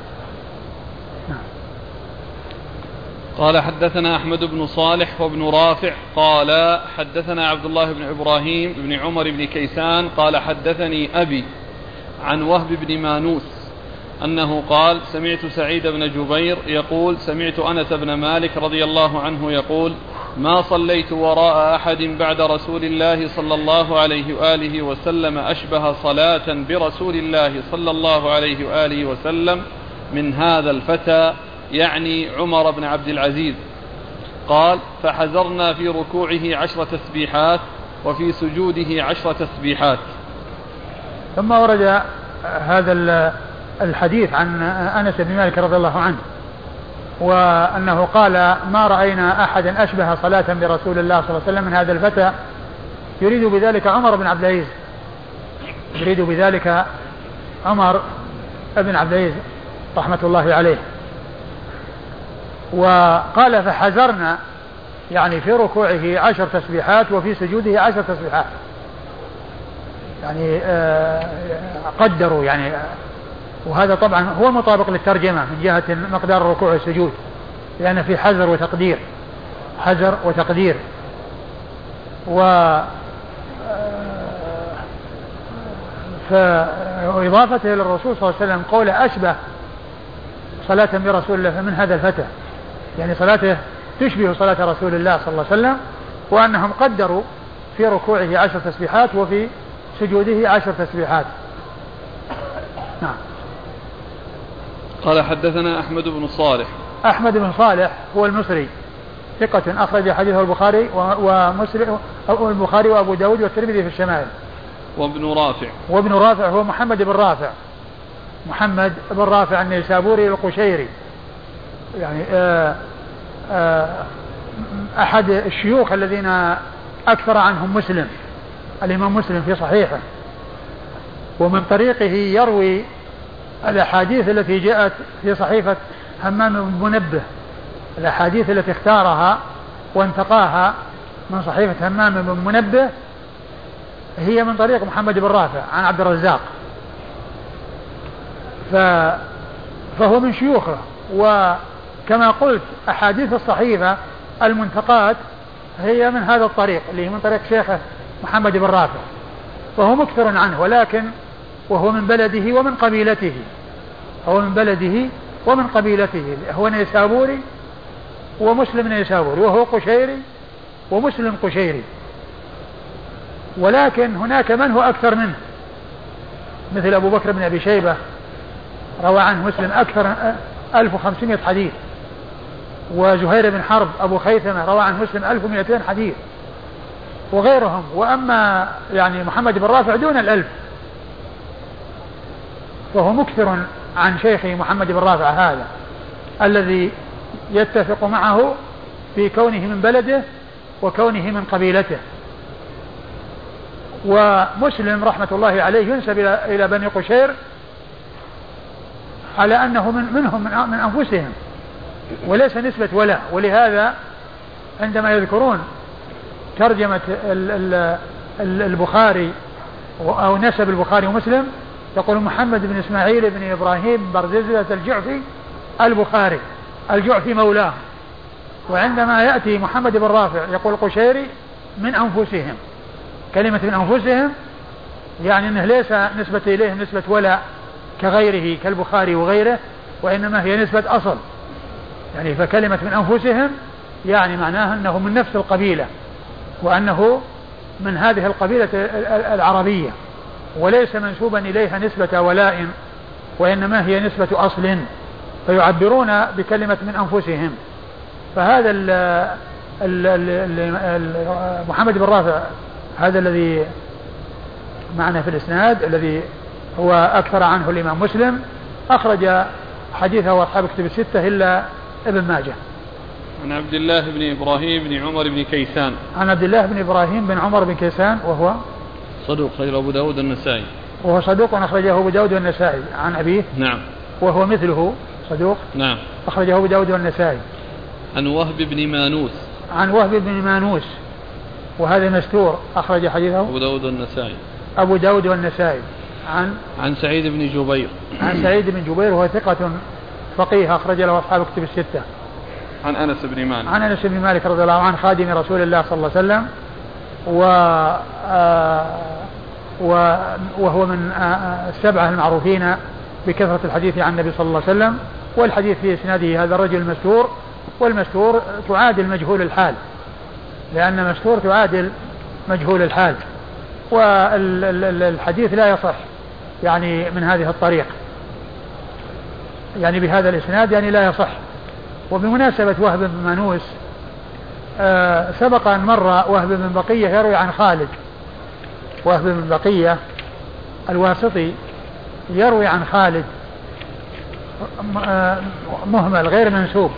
قال حدثنا أحمد بن صالح وابن رافع قال حدثنا عبد الله بن إبراهيم بن عمر بن كيسان قال حدثني أبي عن وهب بن مانوس أنه قال سمعت سعيد بن جبير يقول سمعت أنس بن مالك رضي الله عنه يقول ما صليت وراء أحد بعد رسول الله صلى الله عليه وآله وسلم أشبه صلاة برسول الله صلى الله عليه وآله وسلم من هذا الفتى، يعني عمر بن عبد العزيز. قال فحزرنا في ركوعه عشر تسبيحات وفي سجوده عشر تسبيحات. ثم ورد هذا الحديث عن أنس بن مالك رضي الله عنه، وأنه قال ما رأينا أحدا أشبه صلاة برسول الله صلى الله عليه وسلم من هذا الفتى، يريد بذلك عمر بن عبد العزيز، يريد بذلك عمر بن عبد العزيز رحمة الله عليه. وقال فحزرنا يعني في ركوعه عشر تسبيحات وفي سجوده عشر تسبيحات، يعني قدروا يعني، وهذا طبعا هو مطابق للترجمة من جهة مقدار الركوع والسجود، لأن في حزر وتقدير، حزر وتقدير. و فإضافته للرسول صلى الله عليه وسلم قول أشبه صلاة برسول الله من هذا الفتى، يعني صلاته تشبه صلاة رسول الله صلى الله عليه وسلم، وأنهم قدروا في ركوعه عشر تسبيحات وفي سجوده عشر تسبيحات. نعم. قال حدثنا أحمد بن صالح. أحمد بن صالح هو المصري ثقة أخرج حديثه البخاري ومسلم البخاري وأبو داود والترمذي في الشمائل. وابن رافع. وابن رافع هو محمد بن رافع، محمد بن رافع النيسابوري القشيري، يعني آآ آآ أحد الشيوخ الذين أكثر عنهم مسلم، الإمام مسلم في صحيحه، ومن طريقه يروي الأحاديث التي جاءت في صحيفة همام بن منبه، الأحاديث التي اختارها وانتقاها من صحيفة همام بن منبه هي من طريق محمد بن رافع عن عبد الرزاق، فهو من شيوخه. وكما قلت أحاديث الصحيفة المنتقات هي من هذا الطريق اللي هي من طريق شيخه محمد بن رافع، فهو مكثر عنه، ولكن وهو من بلده ومن قبيلته، هو من بلده ومن قبيلته، هو نيسابوري ومسلم نيسابوري، وهو قشيري ومسلم قشيري، ولكن هناك من هو أكثر منه مثل أبو بكر بن أبي شيبة روى عنه مسلم أكثر ألف وخمسمائة حديث، وزهير بن حرب أبو خيثمة روى عنه مسلم ألف ومئتين حديث وغيرهم. وأما يعني محمد بن رافع دون الألف، فهو مكثر عن شيخه محمد بن رافع هذا الذي يتفق معه في كونه من بلده وكونه من قبيلته. ومسلم رحمة الله عليه ينسب إلى بني قشير على أنه من منهم من أنفسهم وليس نسبة ولا، ولهذا عندما يذكرون ترجمة البخاري أو نسب البخاري ومسلم يقول محمد بن إسماعيل بن إبراهيم برزيزة الجعفي البخاري، الجعفي مولاه. وعندما يأتي محمد بن رافع يقول قشيري من أنفسهم، كلمة من أنفسهم يعني أنه ليس نسبة إليه نسبة ولا كغيره كالبخاري وغيره، وإنما هي نسبة أصل. يعني فكلمة من أنفسهم يعني معناها أنه من نفس القبيلة، وأنه من هذه القبيلة العربية، وليس منسوبا إليها نسبة ولاء، وإنما هي نسبة أصل، فيعبرون بكلمة من أنفسهم. فهذا ال ال ال ال محمد بن رافع هذا الذي معنا في الإسناد الذي هو أكثر عنه الإمام مسلم، أخرج حديثه وأصحاب كتب الستة إلا ابن ماجه. عن عبد الله بن إبراهيم بن عمر بن كيسان. عن عبد الله بن إبراهيم بن عمر بن كيسان وهو صدوق أخرجه أبو داود والنسائي. وهو صدوق أخرجه أبو داود والنسائي. عن أبيه نعم وهو مثله صدوق نعم أخرجه أبو داود والنسائي. عن وهب بن مانوس. عن وهب بن مانوس وهذا مستور أخرج حديثه أبو داود والنسائي. أبو داود والنسائي. عن عن سعيد بن جبير. عن سعيد بن جبير وهو ثقة فقيه أخرج له أصحاب كتب الستة. عن أنس بن مالك. عن أنس بن مالك رضي الله عنه خادم رسول الله صلى الله عليه وسلم، و وهو من السبعة المعروفين بكثرة الحديث عن النبي صلى الله عليه وسلم. والحديث في إسناده هذا الرجل المستور، والمستور تعادل مجهول الحال، لأن مستور تعادل مجهول الحال، والحديث لا يصح يعني من هذه الطريق، يعني بهذا الإسناد يعني لا يصح. وبمناسبة وهب بن مانوس آه سبق أن مر وهب بن بقية يروي عن خالد، وهب بن بقية الواسطي يروي عن خالد آه مهمل غير منسوب.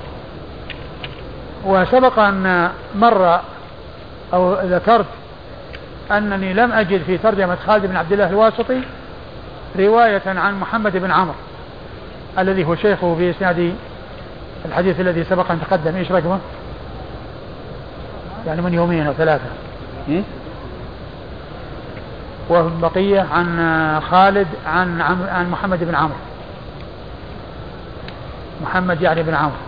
وسبق أن مر أو ذكرت أنني لم أجد في ترجمة خالد بن عبد الله الواسطي رواية عن محمد بن عمرو الذي هو شيخه في إسناد الحديث الذي سبق أن تقدم. إيش رقمه؟ يعني من يومين أو ثلاثة. وهو بقية عن خالد عن عن محمد بن عمرو، محمد يعني بن عمرو.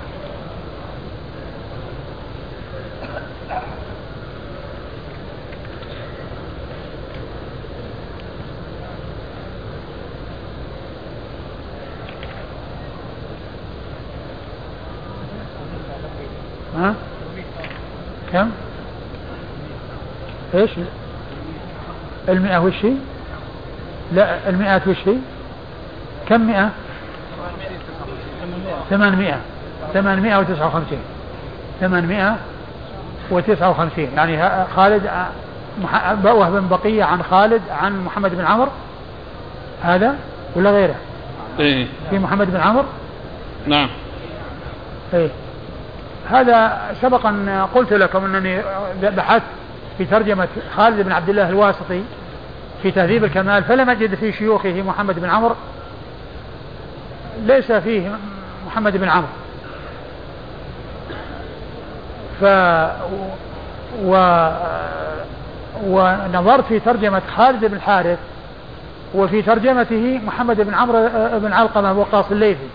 ها؟ كم؟ ايش؟ المئة وشي؟ لا المئات وشي؟ كم مئة؟ ثمانمائة ثمانمائة وتسعة وخمسين ثمانمائة وتسعة وخمسين. يعني خالد وهب بن بقية عن خالد عن محمد بن عمرو هذا ولا غيره؟ ايه في محمد بن عمرو. نعم ايه هذا سبق أن قلت لكم أنني بحثت في ترجمة خالد بن عبد الله الواسطي في تهذيب الكمال فلم أجد في شيوخه محمد بن عمرو، ليس فيه محمد بن عمرو. ف و... ونظرت في ترجمة خالد بن الحارث وفي ترجمته محمد بن عمرو بن علقمة وقاص الليثي،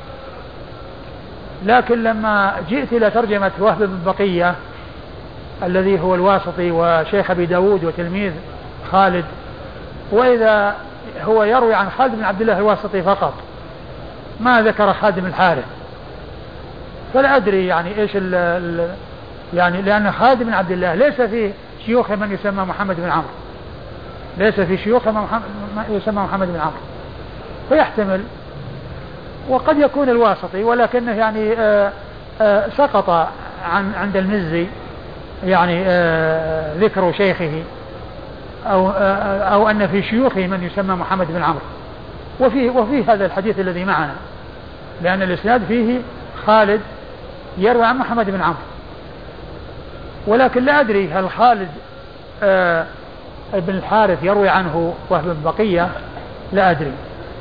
لكن لما جئت إلى ترجمة وهب بن بقية الذي هو الواسطي وشيخ أبي داود وتلميذ خالد، وإذا هو يروي عن خالد بن عبد الله الواسطي فقط، ما ذكر خادم الحارث، فلا أدري يعني إيش ال ال يعني لأن خالد بن عبد الله ليس في شيوخ من يسمى محمد بن عمرو، ليس في شيوخ من يسمى محمد بن عمرو، فيحتمل، وقد يكون الواسطي، ولكنه يعني آآ آآ سقط عن عند المزي يعني ذكر شيخه أو أو أن في شيوخه من يسمى محمد بن عمرو، وفي وفي هذا الحديث الذي معنا، لأن الإسناد فيه خالد يروي عن محمد بن عمرو، ولكن لا أدري هل خالد آه بن الحارث يروي عنه وهو بن بقية، لا أدري.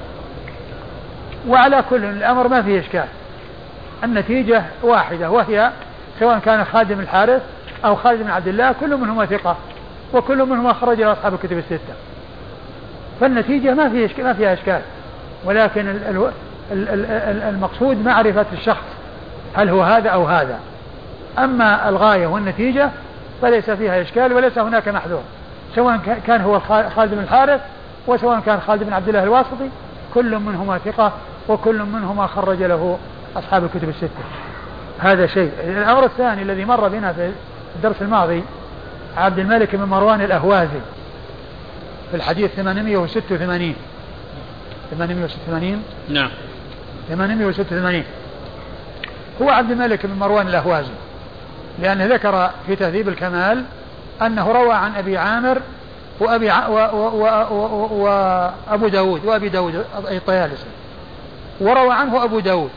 وعلى كل الأمر ما فيه إشكال، النتيجة واحدة، وهي سواء كان خالد بن الحارث أو خالد بن عبد الله كل منهما ثقة، وكل منهما خرج إلى أصحاب الكتب الستة، فالنتيجة ما فيه إشكال، ما فيها إشكال، ولكن المقصود معرفة الشخص هل هو هذا أو هذا. أما الغاية والنتيجة فليس فيها إشكال وليس هناك محذور، سواء كان هو خالد بن الحارث وسواء كان خالد بن عبد الله الواسطي، كل منهما ثقة وكل منهما خرج له أصحاب الكتب الستة. هذا شيء. الأمر الثاني الذي مر بنا في الدرس الماضي عبد الملك بن مروان الأهوازي في الحديث ثمانمائة وستة وثمانين ثمانمائة وستة وثمانين نعم ثمانمائة وستة وثمانين هو عبد الملك بن مروان الأهوازي، لأنه ذكر في تهذيب الكمال أنه روى عن أبي عامر وأبي ع... و... و... و... وأبو داود وأبي داود الطيالسي، وروى عنه أبو داود،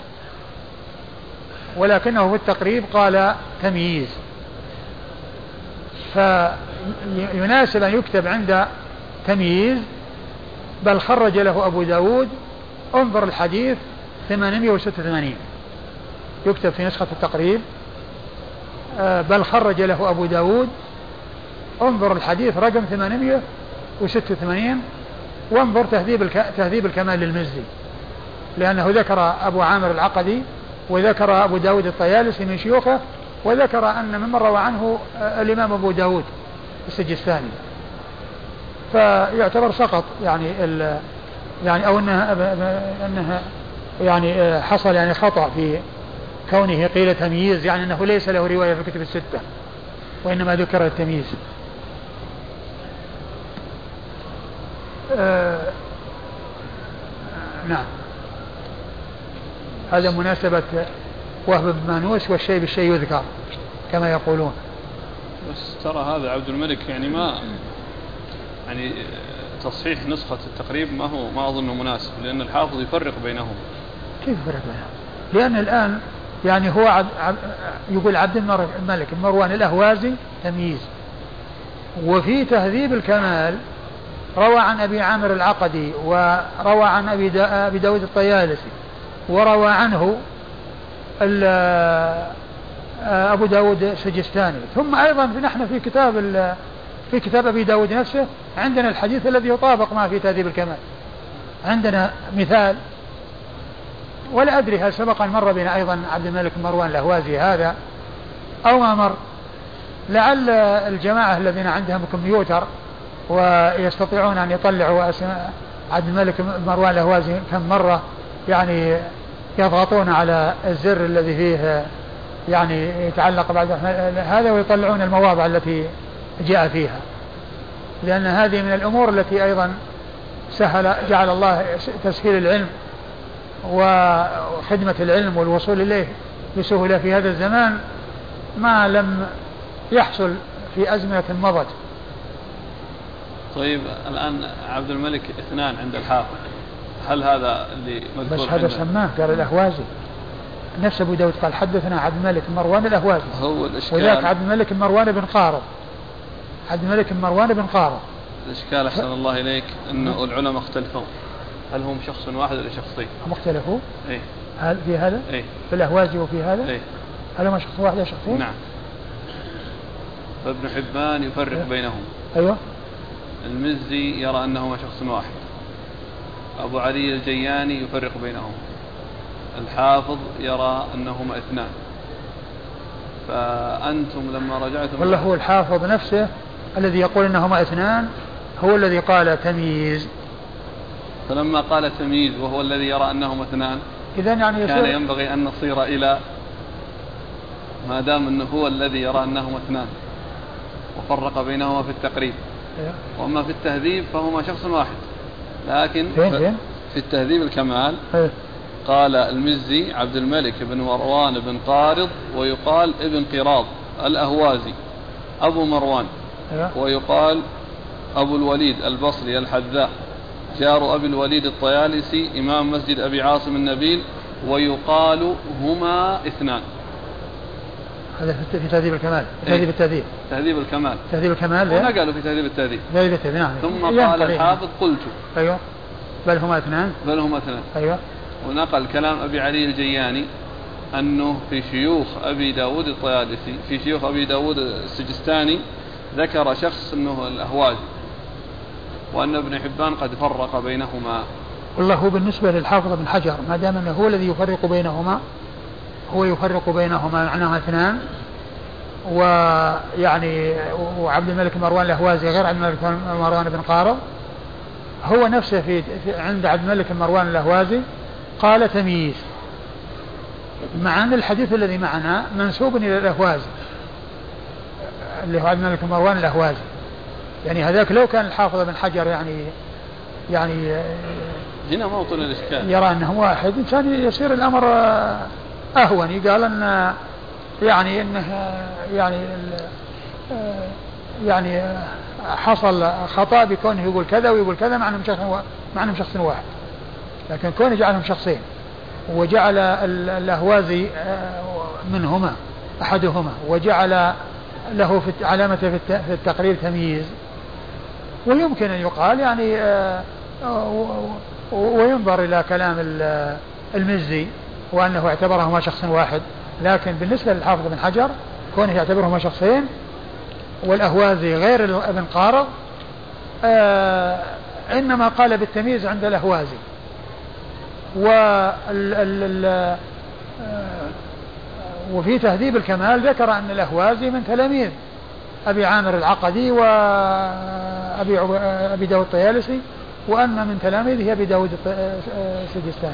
ولكنه في التقريب قال تمييز، فيناسب أن يكتب عند تمييز بل خرج له أبو داود انظر الحديث ثمانمائة وستة وثمانين، يكتب في نسخة التقريب بل خرج له أبو داود انظر الحديث رقم ثمانمائة وستة وثمانين، وانظر تهذيب, الك... تهذيب الكمال للمزي، لأنه ذكر أبو عامر العقدي وذكر أبو داود الطيالسي من شيوخه، وذكر أن ممن روى عنه الإمام أبو داود السجستاني، فيعتبر سقط يعني ال... يعني أو أنها أنها يعني حصل يعني خطأ في كونه قيل تمييز، يعني أنه ليس له رواية في الكتب الستة وإنما ذكر التمييز. آه نعم، هذا مناسبة وهب بن مانوس والشيء بالشيء يذكر كما يقولون. بس ترى هذا عبد الملك يعني ما يعني تصحيح نسخة التقريب ما هو ما أظنه مناسب، لأن الحافظ يفرق بينهم. كيف يفرق بينهم؟ لأن الآن يعني هو عب عب يقول عبد الملك مروان الأهوازي تمييز، وفي تهذيب الكمال روى عن أبي عامر العقدي وروى عن أبي, دا أبي داود الطيالسي وروى عنه أبو داود السجستاني، ثم أيضا نحن في كتاب في كتاب أبي داود نفسه عندنا الحديث الذي يطابق ما في تهذيب الكمال، عندنا مثال، ولا أدري هل سبق أن مر بنا أيضا عبد الملك مروان الأهوازي هذا أو ما مر، لعل الجماعة الذين عندهم كمبيوتر ويستطيعون أن يطلعوا أسماء عبد الملك مروان الأهوازي كم مرة يعني يضغطون على الزر الذي فيه يعني يتعلق بعد هذا ويطلعون المواضع التي جاء فيها، لأن هذه من الأمور التي أيضا سهل جعل الله تسهيل العلم وخدمة العلم والوصول إليه بسهولة في هذا الزمان ما لم يحصل في أزمنة مضت. طيب الآن عبد الملك اثنان عند الحافظ، هل هذا اللي مذكور؟ بس هذا سماه قال الأهوازي، نفس أبو داود قال حدثنا عبد الملك مروان الأهوازي، هو الإشكال وذاك عبد الملك مروان بن قارض، عبد الملك مروان بن قارض. الإشكال أحسن الله إليك أنه العلماء اختلفوا، هل هم شخص واحد ولا شخصين؟ هم اختلفوا؟ إيه؟ هل في هذا؟ إيه؟ في الأهوازي وفي هذا؟ إيه؟ هل هم شخص واحد ولا شخصين؟ نعم. فابن حبان يفرق إيه؟ بينهم. أيوة. المزي يرى أنهما شخص واحد. أبو علي الجياني يفرق بينهم. الحافظ يرى أنهما اثنان. فأنتم لما رجعتم والله هو الحافظ نفسه الذي يقول أنهما اثنان هو الذي قال تمييز. فلما قال تمييز وهو الذي يرى أنهما اثنان إذن يعني كان ينبغي أن نصير إلى ما دام أنه هو الذي يرى أنهما اثنان وفرق بينهما في التقريب. وأما في التهذيب فهما شخص واحد. لكن في التهذيب الكمال قال المزي عبد الملك بن مروان بن قارض ويقال ابن قراض الأهوازي أبو مروان، ويقال أبو الوليد البصري الحذاء جار أبي الوليد الطيالسي إمام مسجد أبي عاصم النبيل، ويقال هما اثنان. هذا في تهذيب الكمال. تهذيب التهذيب تهذيب الكمال تهذيب الكمال ونقلوا في تهذيب التهذيب. تهذيب التهذيب نعم. ثم قال الحافظ قلت أيوه بل هما اثنان بل هما اثنان أيوه. ونقل كلام أبي علي الجياني أنه في شيوخ أبي داود الطيالسي في شيوخ أبي داود السجستاني ذكر شخص أنه الأهوازي، وأن ابن حبان قد فرق بينهما. والله هو بالنسبة للحافظ بن حجر ما دام أنه هو الذي يفرق بينهما هو يفرق بينهما معناها اثنان، ويعني وعبد الملك مروان الأهوازي غير عبد الملك مروان بن قارض، هو نفسه في عند عبد الملك مروان الأهوازي قال تمييز، مع أن الحديث الذي معنا منسوب إلى الأهوازي اللي هو عبد الملك مروان الأهوازي. يعني هذاك لو كان الحافظ بن حجر يعني يعني هنا موطن الإشكال يرى أنه واحد كان يصير الأمر أهون، يقال أن يعني أنه يعني يعني حصل خطأ بكونه يقول كذا ويقول كذا مع أنهم شخص مع أنهم شخص واحد، لكن كونه جعلهم شخصين وجعل الأهوازي منهما أحدهما وجعل له في علامة في التقرير تمييز، ويمكن أن يقال يعني وينظر إلى كلام المزي وأنه اعتبرهما شخص واحد، لكن بالنسبة للحافظ بن حجر كونه يعتبرهما شخصين والأهوازي غير ابن قارض إنما قال بالتمييز عند الأهوازي. وفي تهذيب الكمال ذكر أن الأهوازي من تلاميذ أبي عامر العقدي وأبي أبي داود الطيالسي، وأن من تلاميذه أبي داود السجستاني.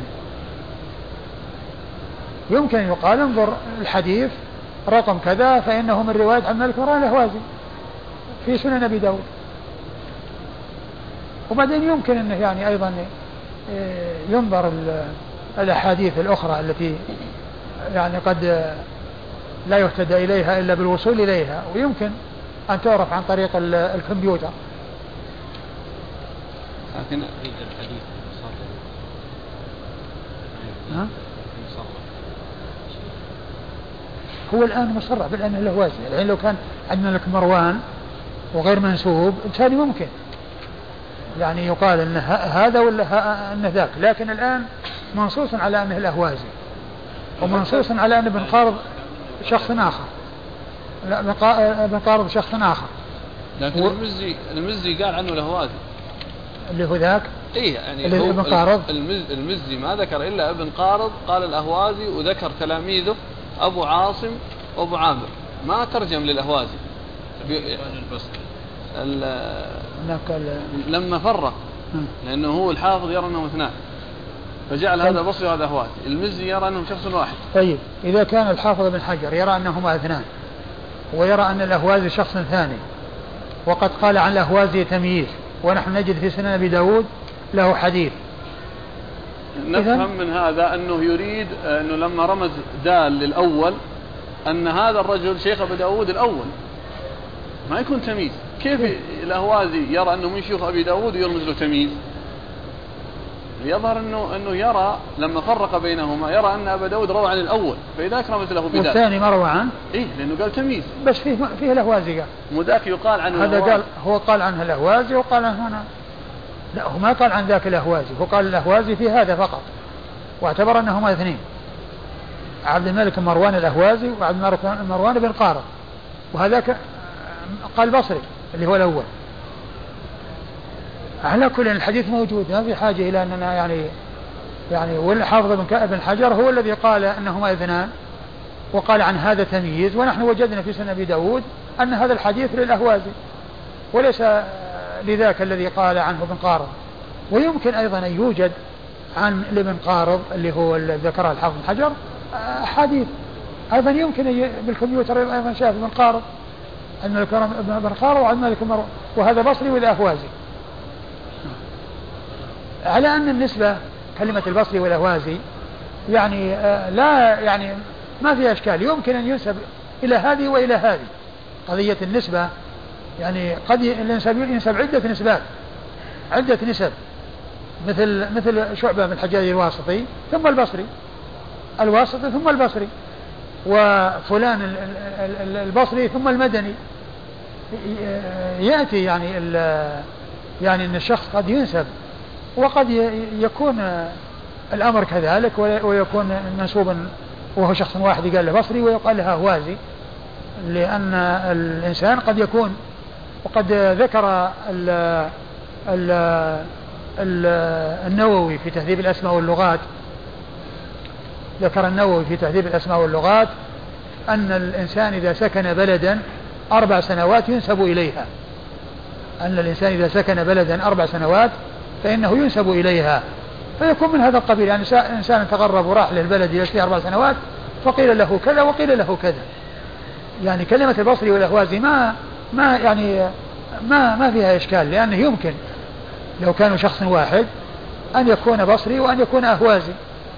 يمكن أن يقال انظر الحديث رقم كذا فإنه من رواية عبد الملك مروان الأهوازي في سنن أبي داود. وبعدين يمكن أنه يعني أيضا ينظر الأحاديث الأخرى التي يعني قد لا يهتدى إليها إلا بالوصول إليها، ويمكن أن تعرف عن طريق الكمبيوتر. لكن ها؟ هو الآن مصرح بالأن الأهوازي، الحين لو كان عندنا لك مروان وغير منسوب كان ممكن يعني يقال أن هذا ولا أن ذاك، لكن الآن منصوص على أنه الأهوازي ومنصوص على أن ابن قارض شخص آخر، لا ابن قارض شخص آخر. لكن و... المزي المزي قال عنه الأهوازي اللي هو ذاك إيه يعني اللي ابن قارض. المز... المزي ما ذكر إلا ابن قارض قال الأهوازي، وذكر تلاميذه أبو عاصم وأبو عامر، ما ترجم للأهوازي. ال... لما فرق لأنه هو الحافظ يرى أنه اثنان فجعل هذا بصري وهذا أهوازي، المزي يرى أنه شخص واحد. طيب إذا كان الحافظ بن حجر يرى أنهما اثنان ويرى أن الأهوازي شخص ثاني وقد قال عن الأهوازي تمييز، ونحن نجد في سنن أبي داود له حديث، نفهم من هذا أنه يريد أنه لما رمز دال للأول أن هذا الرجل شيخ أبي داود الأول ما يكون تمييز. كيف الأهوازي يرى أنه من شيوخ أبي داود ويرمز له تمييز؟ يظهر أنه, أنه يرى لما فرق بينهما يرى أن أبا داود روى عن الأول فإذا رمز له بدال، والثاني ما روى عنه إيه لأنه قال تمييز بس فيه فيه الأهوازي قال وذاك يقال عنه هذا قال هو قال عنه الأهوازي وقال عنه هنا لا، هو ما قال عن ذاك الأهوازي، هو قال الأهوازي في هذا فقط واعتبر أنهما اثنين، عبد الملك مروان الأهوازي وعبد الملك مروان بن قارض، وهذاك قال بصري اللي هو الأول. على كل الحديث موجود ما في حاجة إلى أننا يعني يعني والحافظ بن حجر هو الذي قال أنهما اثنان وقال عن هذا تمييز، ونحن وجدنا في سنن أبي داود أن هذا الحديث للأهوازي وليس لذاك الذي قال عنه ابن قارض. ويمكن أيضا أن يوجد عن لابن قارض اللي هو ذكرها الحافظ بن حجر أحاديث أيضا يمكن بالكمبيوتر أيضا شاف ابن قارض أن الكرم ابن قارض وعن مالك مروان وهذا بصري وذا أهوازي. على أن النسبة كلمة البصري والأهوازي يعني لا يعني ما فيها إشكال، يمكن أن ينسب إلى هذه وإلى هذه. قضية النسبة يعني قد ينسب عدة نسبات عدة نسب مثل مثل شعبة بن الحجاج الواسطي ثم البصري الواسطي ثم البصري وفلان البصري ثم المدني. يأتي يعني يعني أن الشخص قد ينسب وقد يكون الأمر كذلك ويكون منسوبا وهو شخص واحد يقال له بصري ويقال له أهوازي، لأن الإنسان قد يكون وقد ذكر ال ال ال النووي في تهذيب الأسماء واللغات ذكر النووي في تهذيب الأسماء واللغات أن الإنسان إذا سكن بلدا أربع سنوات ينسب إليها أن الإنسان إذا سكن بلدا أربع سنوات فإنه ينسب إليها، فيكون من هذا القبيل. يعني إنسان تغرب وراح للبلد يسلي أربع سنوات فقيل له كذا وقيل له كذا. يعني كلمة البصري والأهوازي ما ما يعني ما ما فيها إشكال، لأنه يمكن لو كانوا شخص واحد أن يكون بصري وأن يكون أهوازي.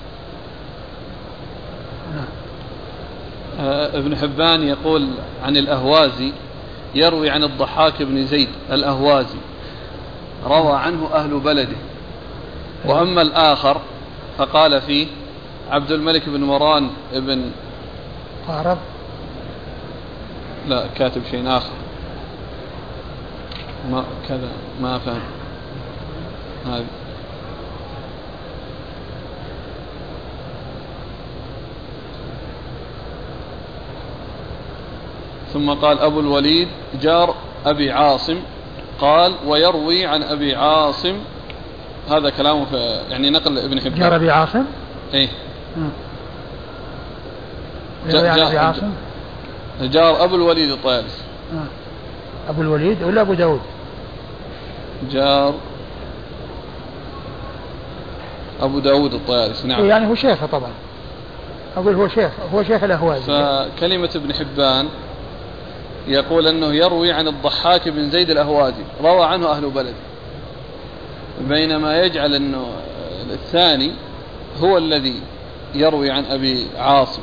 ابن حبان يقول عن الأهوازي يروي عن الضحاك بن زيد الأهوازي روى عنه أهل بلده، وأما الآخر فقال فيه عبد الملك بن مروان ابن قارب لا كاتب شيء آخر ما كذا ما فهم هذا. ثم قال أبو الوليد جار أبي عاصم قال ويروي عن أبي عاصم، هذا كلامه في يعني نقل ابن حبان. جار أبي عاصم إيه جار أبي عاصم جار أبو الوليد الطيالسي. أبو الوليد ولا أبو داود؟ جار أبو داود الطيالسي. نعم يعني هو شيخه طبعا، أقول هو شيخ هو شيخ الأهوازي. فكلمة ابن حبان يقول أنه يروي عن الضحاك بن زيد الأهوازي روى عنه أهل بلد، بينما يجعل أنه الثاني هو الذي يروي عن أبي عاصم.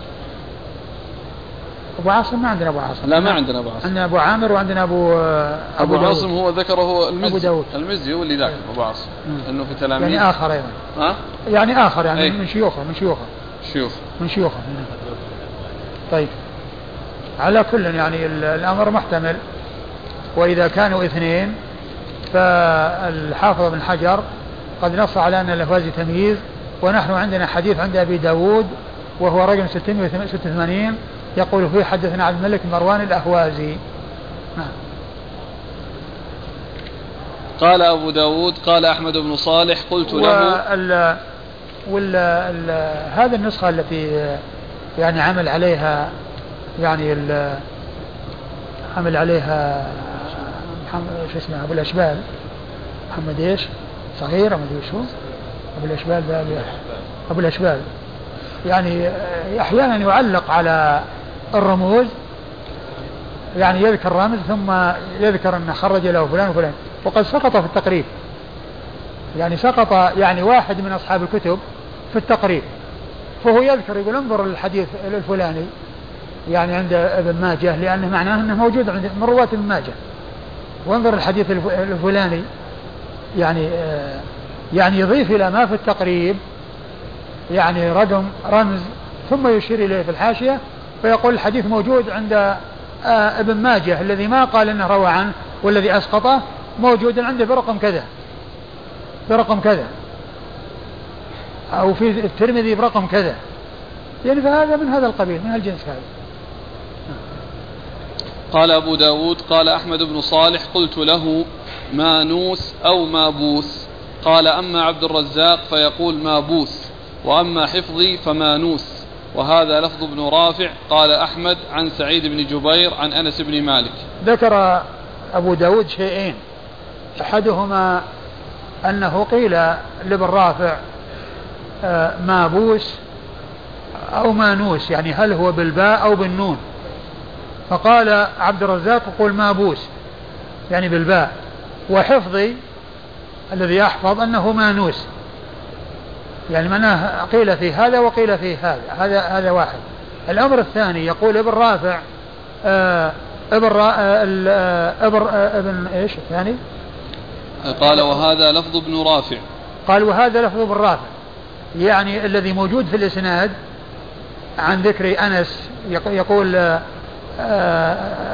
أبو عاصم ما عندنا أبو عاصم. لا ما عندنا أبو عاصم، عندنا أبو عامر وعندنا أبو أبو, أبو عاصم هو ذكره هو المزي أبو المزي هو اللي ذاكر أبو عاصم أنه في تلاميذ يعني آخر أيضا. ها؟ يعني آخر يعني أي. من شيوخه من شيوخه شيوخ من شيوخه. طيب على كل يعني الأمر محتمل، وإذا كانوا اثنين فالحافظ بن حجر قد نص على أن الأهوازي تمييز، ونحن عندنا حديث عند أبي داود وهو رقم ستمائة وستة وثمانين يقول فيه حدثنا عبد الملك مروان الأهوازي. نعم. قال أبو داود قال أحمد بن صالح قلت له وال وال هذه النسخة التي يعني عمل عليها يعني عمل عليها محمد شو اسمه أبو الأشبال محمد إيش صغير ما أدري شو أبو الأشبال أبو الأشبال يعني أحيانا يعلق على الرموز، يعني يذكر رمز ثم يذكر أن خرج له فلان وفلان، وقد سقط في التقريب، يعني سقط يعني واحد من أصحاب الكتب في التقريب، فهو يذكر يقول انظر الحديث الفلاني يعني عند ابن ماجه، لأنه معناه أنه موجود عند من رواة ابن ماجه، وانظر الحديث الفلاني يعني يعني يضيف إلى ما في التقريب يعني رقم رمز ثم يشير إليه في الحاشية فيقول الحديث موجود عند ابن ماجه الذي ما قال انه روى عنه والذي اسقطه موجود عنده برقم كذا برقم كذا او في الترمذي برقم كذا، يعني فهذا من هذا القبيل من الجنس هذا. قال أبو داود قال أحمد بن صالح قلت له مانوس أو مابوس؟ قال أما عبد الرزاق فيقول مابوس، وأما حفظي فمانوس، وهذا لفظ ابن رافع. قال أحمد عن سعيد بن جبير عن أنس بن مالك. ذكر أبو داود شيئين، أحدهما أنه قيل لابن رافع مابوس أو مانوس، يعني هل هو بالباء أو بالنون؟ فقال عبد الرزاق يقول مابوس يعني بالباء، وحفظي الذي أحفظ أنه مانوس، يعني معناه قيل في هذا وقيل في هذا، هذا هذا واحد. الأمر الثاني يقول ابن رافع آه ابن را آه ابن آه ابن ايش الثاني؟ قال وهذا لفظ ابن رافع. قال وهذا لفظ ابن رافع، يعني الذي موجود في الإسناد عن ذكر أنس يقول آه آه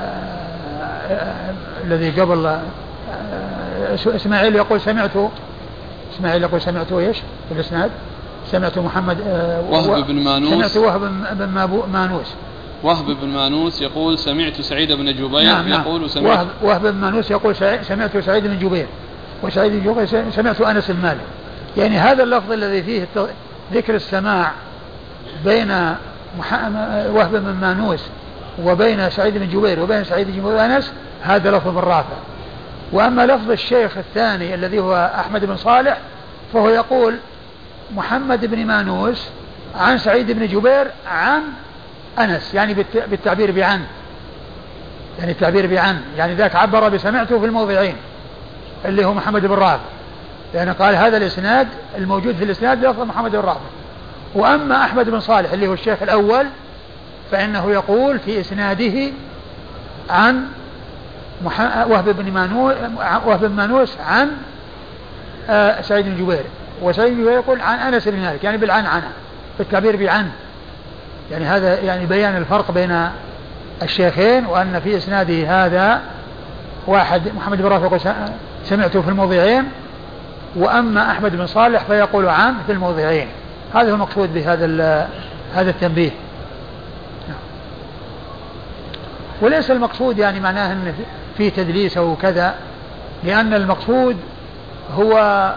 آه الذي قبل آه إسماعيل يقول سمعت إسماعيل يقول سمعت إيش في الإسناد؟ سمعت محمد آه وهب بن مانوس، سمعت وهب بن مانوس وهب بن مانوس يقول سمعت سعيد بن جبير. نعم يقول نعم. سمعت وهب, وهب بن مانوس يقول سمعت سعيد بن جبير، وسعيد بن جبير سمعت أنس المالك. يعني هذا اللفظ الذي فيه ذكر السماع بين وهب بن مانوس وبين سعيد بن جبير وبين سعيد بن جبير وأنس، هذا لفظ بن رافع. وأما لفظ الشيخ الثاني الذي هو أحمد بن صالح فهو يقول محمد بن مانوس عن سعيد بن جبير عن أنس، يعني بالتعبير بعن، يعني التعبير بعن، يعني ذاك عبر بسمعته في الموضعين اللي هو محمد بن رافع، يعني قال هذا الإسناد الموجود في الإسناد لفظ محمد بن رافع. وأما أحمد بن صالح اللي هو الشيخ الأول فإنه يقول في إسناده عن وهب بن مانوس وهب بن مانوس عن آه سعيد بن جبير، وسعيد بن جبير يقول عن أنس بن مالك، يعني بالعنعنة بالتعبير بعن، يعني هذا يعني بيان الفرق بين الشيخين، وأن في إسناده هذا واحد محمد بن رافع يقول سمعته في الموضعين، وأما أحمد بن صالح فيقول عن في الموضعين. هذا هو المقصود بهذا هذا التنبيه. وليس المقصود يعني معناه أن في تدليس أو كذا، لأن المقصود هو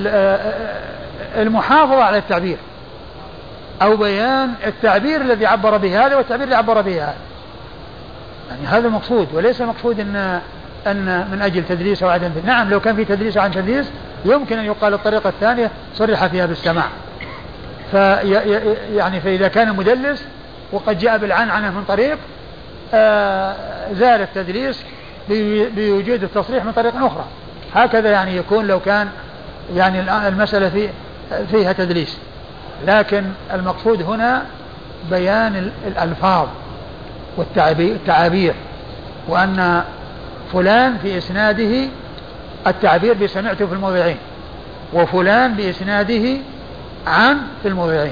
المحافظة على التعبير أو بيان التعبير الذي عبر به هذا والتعبير الذي عبر به هذا، يعني هذا المقصود، وليس المقصود أن أن من أجل تدليس أو عدم تدليس. نعم لو كان في تدليس أو عن تدليس يمكن أن يقال الطريقة الثانية صرح فيها بالسماع، في يعني فإذا كان مدلس وقد جاء بالعنعنة من طريق آه زال التدليس بوجود التصريح من طريق أخرى، هكذا يعني يكون لو كان يعني المسألة في فيها تدليس. لكن المقصود هنا بيان الألفاظ والتعابير، وأن فلان في إسناده التعبير بسمعته في الموضعين، وفلان بإسناده عن في الموضعين.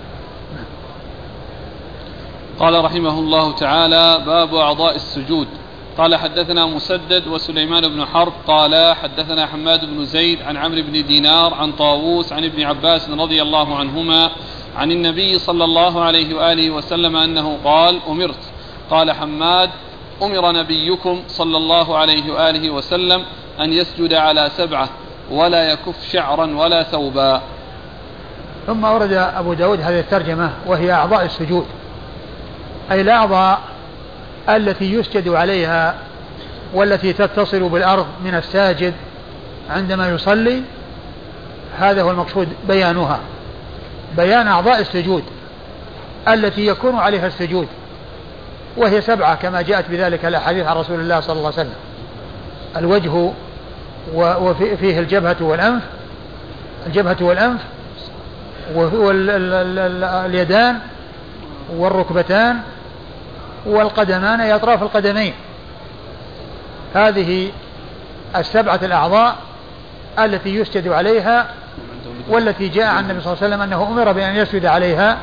قال رحمه الله تعالى باب أعضاء السجود. قال حدثنا مسدد وسليمان بن حرب قال حدثنا حماد بن زيد عن عمرو بن دينار عن طاووس عن ابن عباس رضي الله عنهما عن النبي صلى الله عليه وآله وسلم أنه قال أمرت. قال حماد أمر نبيكم صلى الله عليه وآله وسلم أن يسجد على سبعة ولا يكف شعرا ولا ثوبا. ثم أورد أبو داود هذه الترجمة وهي أعضاء السجود، أي الأعضاء التي يسجد عليها والتي تتصل بالأرض من الساجد عندما يصلي، هذا هو المقصود بيانها، بيان أعضاء السجود التي يكون عليها السجود، وهي سبعة كما جاءت بذلك الأحاديث عن رسول الله صلى الله عليه وسلم: الوجه وفيه الجبهة والأنف، الجبهة والأنف واليدان والركبتان والقدمان أي أطراف القدمين. هذه السبعة الأعضاء التي يسجد عليها والتي جاء عن النبي صلى الله عليه وسلم أنه أمر بأن يسجد عليها.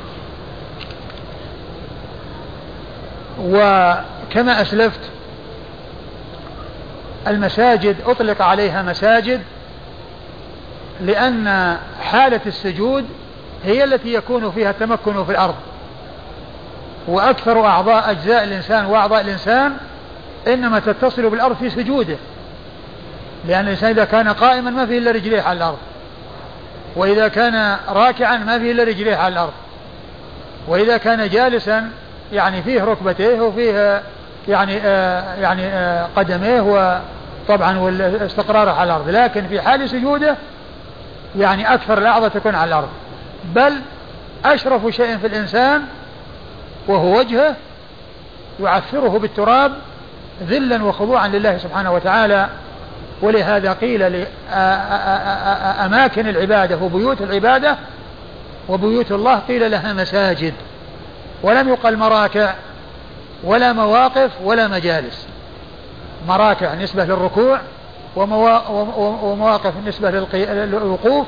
وكما أسلفت المساجد أطلق عليها مساجد لأن حالة السجود هي التي يكون فيها التمكن في الأرض، وأكثر أعضاء أجزاء الإنسان وأعضاء الإنسان إنما تتصل بالأرض في سجوده، لأن الإنسان إذا كان قائما ما فيه إلا رجليه على الأرض، وإذا كان راكعا ما فيه إلا رجليه على الأرض، وإذا كان جالسا يعني فيه ركبتيه وفيه يعني آه يعني آه قدميه وطبعا والاستقرار على الأرض، لكن في حال سجوده يعني أكثر الأعضاء تكون على الأرض. بل أشرف شيء في الإنسان وهو وجهه يعثره بالتراب ذلا وخضوعا لله سبحانه وتعالى. ولهذا قيل لأماكن العبادة وبيوت العبادة وبيوت الله قيل لها مساجد، ولم يقل مراكع ولا مواقف ولا مجالس. مراكع نسبة للركوع، ومواقف نسبة للوقوف،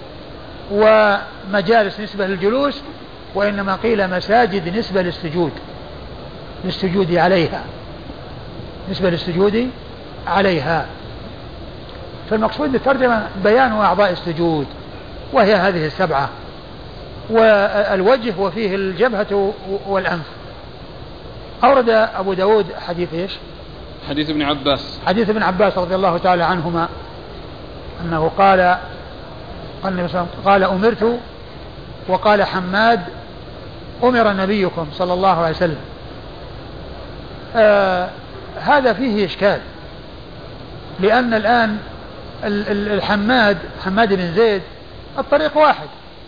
ومجالس نسبة للجلوس، وإنما قيل مساجد نسبة للسجود للسجود عليها نسبة للسجود عليها. فالمقصود بالترجمة بيان أعضاء السجود، وهي هذه السبعة، والوجه وفيه الجبهة والأنف. أورد أبو داود حديث إيش؟ حديث ابن عباس حديث ابن عباس رضي الله تعالى عنهما أنه قال قال أمرت، وقال حماد أمر نبيكم صلى الله عليه وسلم. آه هذا فيه إشكال، لأن الآن الحماد حماد بن زيد الطريق واحد،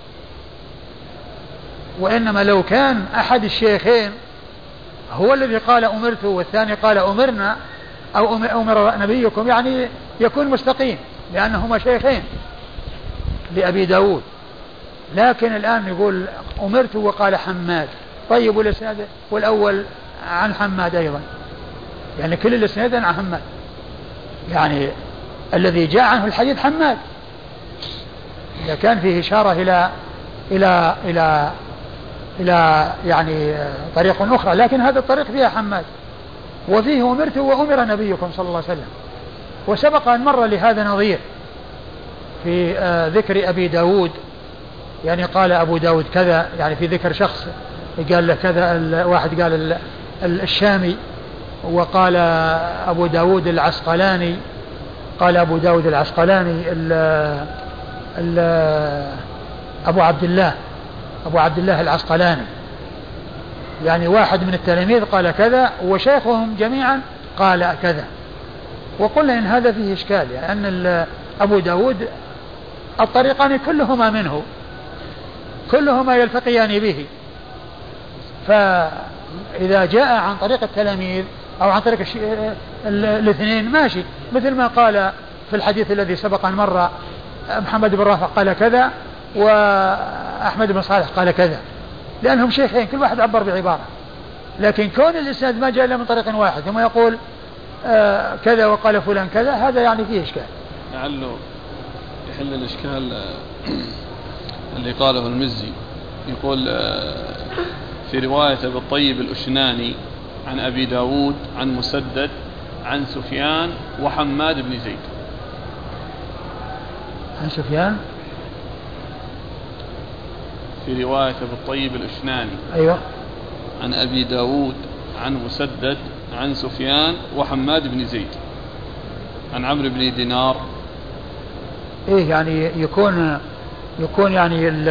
وإنما لو كان أحد الشيخين هو الذي قال أمرت والثاني قال أمرنا أو أمر نبيكم، يعني يكون مستقيم، لأنهما شيخين لأبي داود. لكن الآن يقول أمرت وقال حماد، طيب والإسناد والأول عن حماد أيضا، يعني كل الإسناد عن حماد، يعني الذي جاء عنه الحديث حماد. إذا كان فيه إشارة إلى إلى إلى إلى يعني طريق أخرى، لكن هذا الطريق فيها حماد، وفيه أمرت وأمر نبيكم صلى الله عليه وسلم. وسبق أن مر لهذا نظير في آه ذكر أبي داود، يعني قال أبو داود كذا، يعني في ذكر شخص قال له كذا، واحد قال الشامي، وقال أبو داود العسقلاني، قال أبو داود العسقلاني ال ال أبو عبد الله أبو عبد الله العسقلاني، يعني واحد من التلاميذ قال كذا، وشيخهم جميعا قال كذا. وقلنا إن هذا فيه إشكال، لأن يعني أبو داود الطريقان كلهما منه، كلهما يلتقيان به، فإذا جاء عن طريق التلاميذ أو عن طريق الاثنين ماشي، مثل ما قال في الحديث الذي سبق أن مر محمد بن رافع قال كذا وأحمد بن صالح قال كذا، لأنهم شيخين كل واحد عبر بعبارة. لكن كون الإسناد ما جاء إلا من طريق واحد ثم يقول آه كذا وقال فلان كذا، هذا يعني فيه إشكال. لعله يحل الإشكال اللي قاله المزي، يقول في رواية أبي الطيب الأشناني عن أبي داود عن مسدد عن سفيان وحماد بن زيد. عن سفيان في رواية أبي الطيب الأشناني أيوة عن أبي داود عن مسدد عن سفيان وحماد بن زيد عن عمرو بن دينار. إيه يعني يكون يكون يعني ال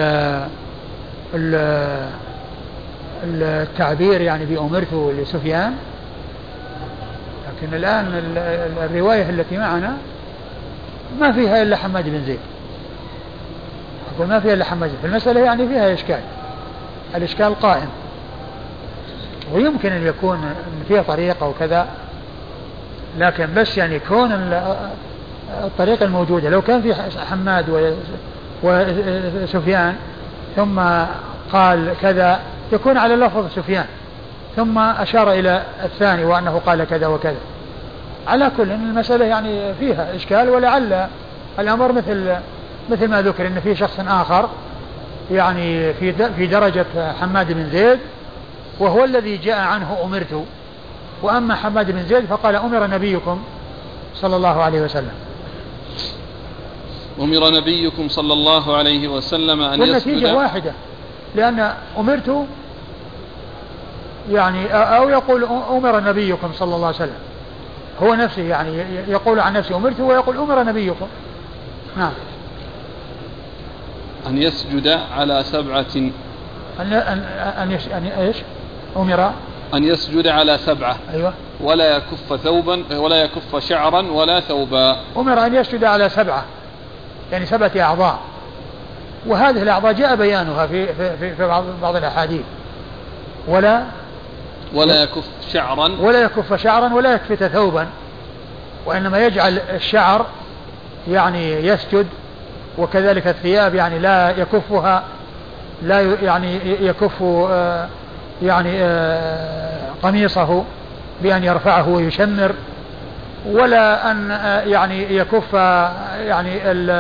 ال التعبير يعني بأمرته لسفيان، لكن الآن الرواية التي معنا ما فيها إلا حماد بن زيد، أقول ما فيها إلا حماد. في المسألة يعني فيها إشكال، الإشكال قائم، ويمكن أن يكون فيها طريقة وكذا، لكن بس يعني كون الطريقة الموجودة لو كان في حماد وسفيان ثم قال كذا يكون على لفظ سفيان ثم أشار إلى الثاني وأنه قال كذا وكذا. على كل إن المسألة يعني فيها إشكال، ولعل الأمر مثل مثل ما ذكر إن في شخص آخر يعني في في درجة حماد بن زيد وهو الذي جاء عنه أمرت، وأما حماد بن زيد فقال أمر نبيكم صلى الله عليه وسلم. أمر نبيكم صلى الله عليه وسلم أن يسجد، والنتيجة واحدة، لأن أمرت يعني أو يقول أمر نبيكم صلى الله عليه وسلم، هو نفسه يعني يقول عن نفسه أمرت ويقول أمر نبيكم. نعم. أن يسجد على سبعة، أن أن أن يش أن إيش أمر أن يسجد على سبعة. أيوة. ولا يكف ثوبا ولا يكف شعرا ولا ثوبا. أمر أن يسجد على سبعة، يعني سبعة أعضاء، وهذه الأعضاء جاء بيانها في, في, في, في بعض, بعض الأحاديث. ولا ولا يكف شعرا ولا يكف شعرا ولا يكفت ثوبا، وإنما يجعل الشعر يعني يسجد، وكذلك الثياب يعني لا يكفها، لا يعني يكف آه يعني آه قميصه بأن يرفعه ويشمر، ولا أن آه يعني يكف آه يعني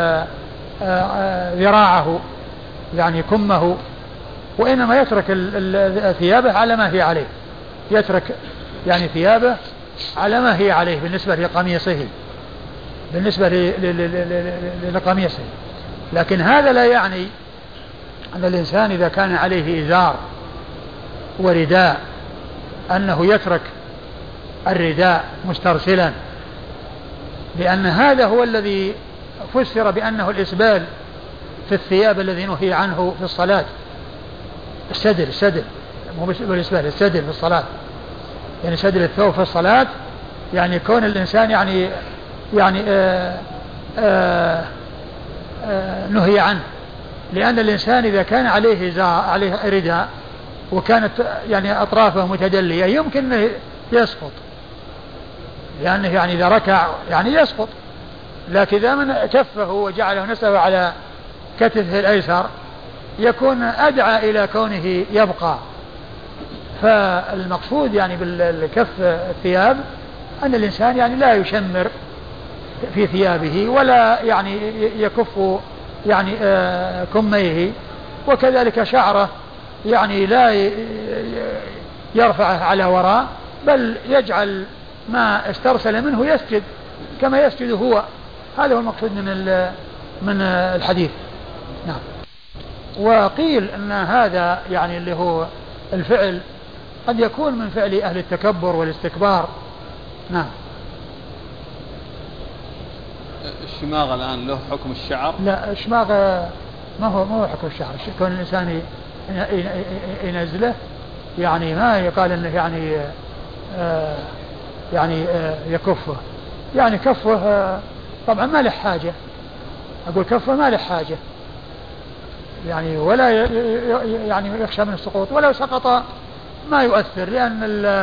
ذراعه يعني كمه، وإنما يترك ثيابه على ما هي عليه، يترك يعني ثيابه على ما هي عليه بالنسبة لقميصه بالنسبة لقميصه. لكن هذا لا يعني أن الإنسان إذا كان عليه إزار ورداء أنه يترك الرداء مسترسلا، لأن هذا هو الذي فسر بأنه الإسبال في الثياب الذي نهي عنه في الصلاة. السدل السدل مو بالإسبال، السدل في الصلاة، يعني سدل الثوب في الصلاة، يعني كون الإنسان يعني يعني آآ آآ آآ نهي عنه، لأن الإنسان إذا كان عليه زا عليه رداء وكانت يعني أطرافه متدلية يمكن أنه يسقط، لأنه يعني إذا ركع يعني يسقط، لكن إذا من كفه وجعله نسبه على كتفه الأيسر يكون أدعى إلى كونه يبقى. فالمقصود يعني بالكف الثياب أن الإنسان يعني لا يشمر في ثيابه ولا يعني يكف يعني آه كميه، وكذلك شعره يعني لا يرفعه على وراء، بل يجعل ما استرسل منه يسجد كما يسجد هو. هذا هو المقصود من من الحديث. نعم. وقيل أن هذا يعني اللي هو الفعل قد يكون من فعل أهل التكبر والاستكبار. نعم. الشماغ الآن له حكم الشعر؟ لا، الشماغ ما هو ما هو حكم الشعر. كون الإنسان ينزله يعني ما يقال أنه يعني آه يعني آه يكفه، يعني كفه آه طبعا ما له حاجة، أقول كفه ما له حاجة يعني، ولا يعني يخشى من السقوط، ولو سقط ما يؤثر، لأن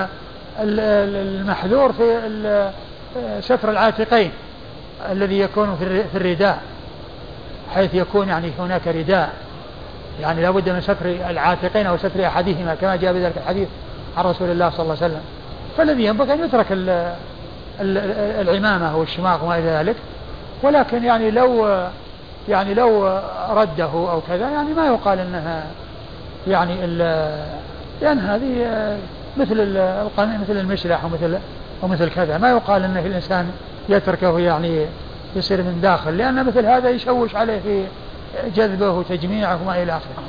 المحذور في ستر العاتقين الذي يكون في الرداء، حيث يكون يعني هناك رداء يعني لا بد من ستر العاتقين أو ستر أحدهما كما جاء بذلك الحديث عن رسول الله صلى الله عليه وسلم. فالذي ينبغي أن يترك العمامة والشماغ وما إلى ذلك، ولكن يعني لو يعني لو رده أو كذا يعني ما يقال أنها يعني لأن هذه مثل مثل المشلح ومثل ومثل كذا، ما يقال أن الإنسان يتركه يعني يصير من داخل، لأن مثل هذا يشوش عليه في جذبه وتجميعه وما إلى آخره.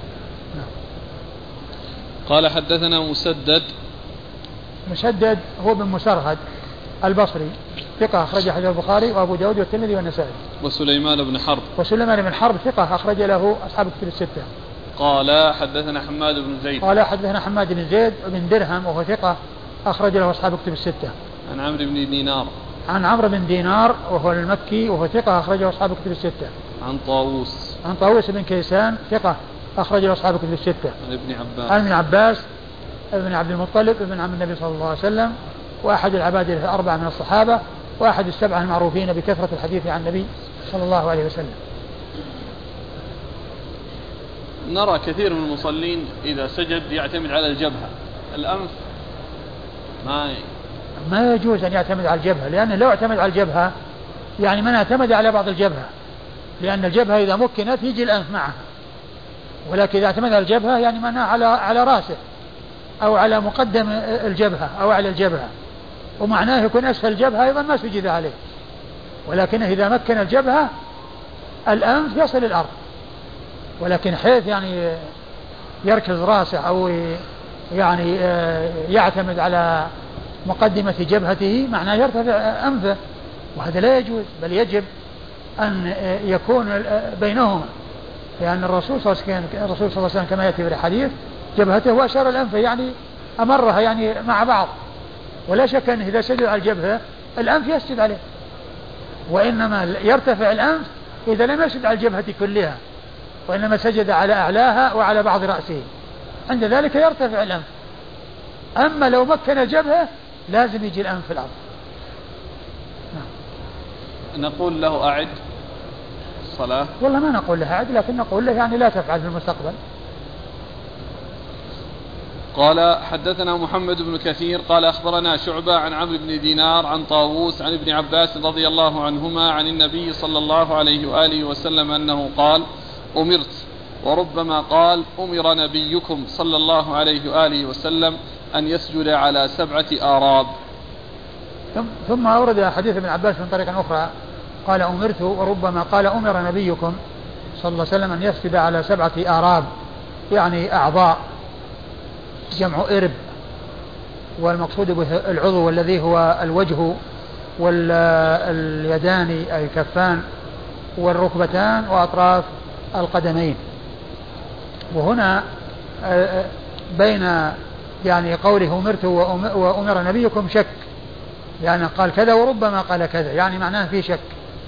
قال حدثنا مسدد. مسدد هو بن مسرهد البصري ثقة أخرج حديث البخاري وأبو داود والترمذي والنسائي. وسليمان بن حرب. وسليمان بن حرب ثقة أخرج له أصحاب الكتب الستة. قال حدثنا حماد بن زيد. قال حدثنا حماد بن زيد بن درهم وهو ثقة أخرج له أصحاب الكتب الستة. عن عمرو بن دينار. عن عمرو بن دينار وهو المكي وهو ثقة أخرجه أصحاب الكتب الستة. عن طاووس. عن طاووس بن كيسان ثقة أخرجه أصحاب الكتب الستة. عن ابن عباس. عن ابن عباس ابن عبد المطلب ابن عم النبي صلى الله عليه وسلم، وأحد العباد الأربعة من الصحابة، وأحد السبعة المعروفين بكثرة الحديث عن النبي صلى الله عليه وسلم. نرى كثير من المصلين إذا سجد يعتمد على الجبهة، الأنف ما ما يجوز أن يعتمد على الجبهة، لأنه لو اعتمد على الجبهة يعني من اعتمد على بعض الجبهة، لأن الجبهة إذا مكنت يجي الأنف معها، ولكن إذا اعتمد على الجبهة يعني معناه على على رأسه أو على مقدم الجبهة أو على الجبهة، ومعناه يكون أسفل الجبهة أيضا ما سجد عليه، ولكنه إذا مكن الجبهة الأنف يصل الأرض، ولكن حيث يعني يركز رأسه أو يعني يعتمد على مقدمة جبهته معناه يرتفع أنفه، وهذا لا يجوز، بل يجب أن يكون بينهما، لأن الرسول صلى الله عليه وسلم كما يأتي في الحديث جبهته وأشار الأنف يعني أمرها يعني مع بعض، ولا شك أنه إذا سجد على الجبهة الأنف يسجد عليه، وإنما يرتفع الأنف إذا لم يسجد على الجبهة كلها، وإنما سجد على أعلاها وعلى بعض رأسه، عند ذلك يرتفع الأنف. أما لو مكن الجبهة لازم يجي الأنف في الأرض. نقول له أعد الصلاة؟ والله ما نقول له أعد، لكن نقول له يعني لا تفعل في المستقبل. قال حدثنا محمد بن كثير قال أخبرنا شعبة عن عمرو بن دينار عن طاووس عن ابن عباس رضي الله عنهما عن النبي صلى الله عليه وآله وسلم أنه قال: أمرت، وربما قال: أمر نبيكم صلى الله عليه وآله وسلم أن يسجد على سبعة آراب. ثم أورد حديث ابن عباس من طريقة أخرى قال: أمرت، وربما قال: أمر نبيكم صلى الله عليه وسلم أن يسجد على سبعة آراب، يعني أعضاء، جمع إرب، والمقصود به العضو والذي هو الوجه واليدان أي الكفان والركبتان وأطراف القدمين. وهنا بين يعني قوله أمرت وأمر نبيكم شك، يعني قال كذا وربما قال كذا، يعني معناه في شك.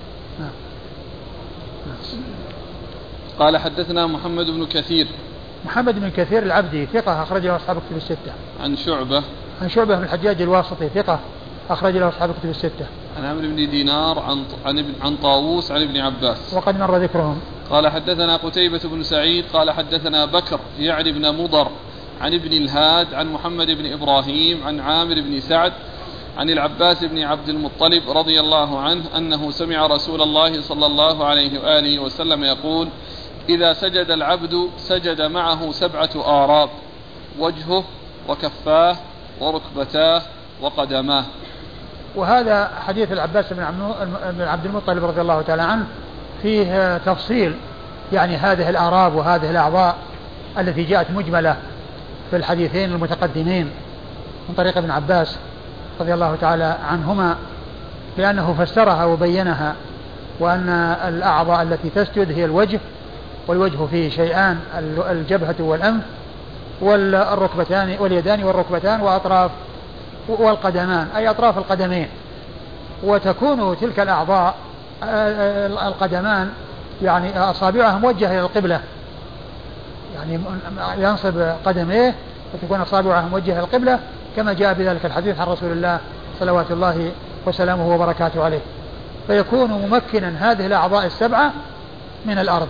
قال حدثنا محمد بن كثير. محمد بن كثير العبدي ثقة أخرج له أصحاب الكتب الستة. عن شعبة. عن شعبة بن الحجاج الواسطي ثقة أخرج له أصحاب الكتب الستة. عن عمرو بن دينار عن عن عن طاووس عن ابن عباس وقد مر ذكرهم. قال حدثنا قتيبة بن سعيد قال حدثنا بكر يعني بن مضر عن ابن الهاد عن محمد بن إبراهيم عن عامر بن سعد عن العباس بن عبد المطلب رضي الله عنه أنه سمع رسول الله صلى الله عليه وآله وسلم يقول: إذا سجد العبد سجد معه سبعة آراب: وجهه وكفاه وركبتاه وقدماه. وهذا حديث العباس بن عبد المطلب رضي الله تعالى عنه فيه تفصيل يعني هذه الآراب وهذه الأعضاء التي جاءت مجملة في الحديثين المتقدمين من طريق ابن عباس رضي الله تعالى عنهما، لأنه فسرها وبينها، وأن الأعضاء التي تسجد هي الوجه، والوجه فيه شيئان: الجبهة والأنف والركبتان واليدان والركبتان وأطراف والقدمان أي أطراف القدمين. وتكون تلك الأعضاء القدمان يعني أصابعها موجهة إلى القبلة، يعني ينصب قدميه وتكون أصابعها موجهة إلى القبلة، كما جاء بذلك الحديث عن رسول الله صلوات الله وسلامه وبركاته عليه، فيكون ممكنا هذه الأعضاء السبعة من الأرض.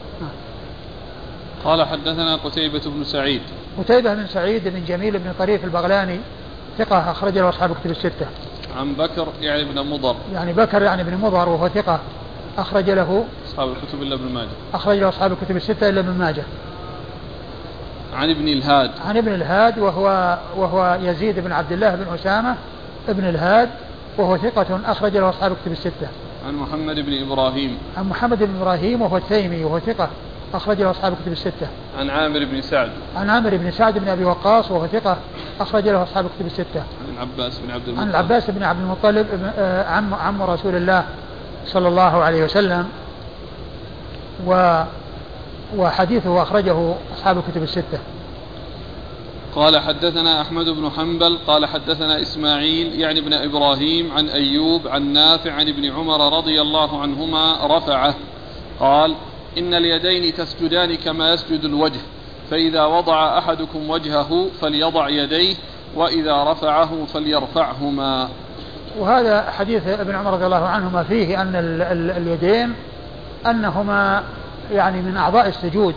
قال حدثنا قتيبة بن سعيد. قتيبة بن سعيد بن جميل بن طريف البغلاني ثقة أخرج له أصحاب الكتب الستة. عن بكر يعني بن مضر. يعني بكر يعني بن مضر وهو ثقة أخرج له أصحاب الكتب إلا ابن ماجه. أخرج له أصحاب الكتب الستة إلا ابن ماجه. عن ابن الهاد. عن ابن الهاد وهو وهو يزيد بن عبد الله بن أسامة ابن الهاد وهو ثقة أخرج له أصحاب الكتب الستة. عن محمد بن إبراهيم. عن محمد بن إبراهيم وهو التيمي وهو ثقة أخرج له أصحاب الكتب الستة. عن عامر بن سعد. عن عامر بن سعد بن أبي وقاص وهو ثقة أخرج له أصحاب الكتب الستة. عن العباس بن عبد المطلب. عن العباس بن عبد المطلب عم عم رسول الله صلى الله عليه وسلم، و وحديثه أخرجه أصحاب الكتب الستة. قال حدثنا أحمد بن حنبل قال حدثنا إسماعيل يعني ابن إبراهيم عن أيوب عن نافع عن ابن عمر رضي الله عنهما رفعه قال: إن اليدين تسجدان كما يسجد الوجه، فإذا وضع أحدكم وجهه فليضع يديه، وإذا رفعه فليرفعهما. وهذا حديث ابن عمر رضي الله عنهما فيه أن ال ال اليدين أنهما يعني من أعضاء السجود،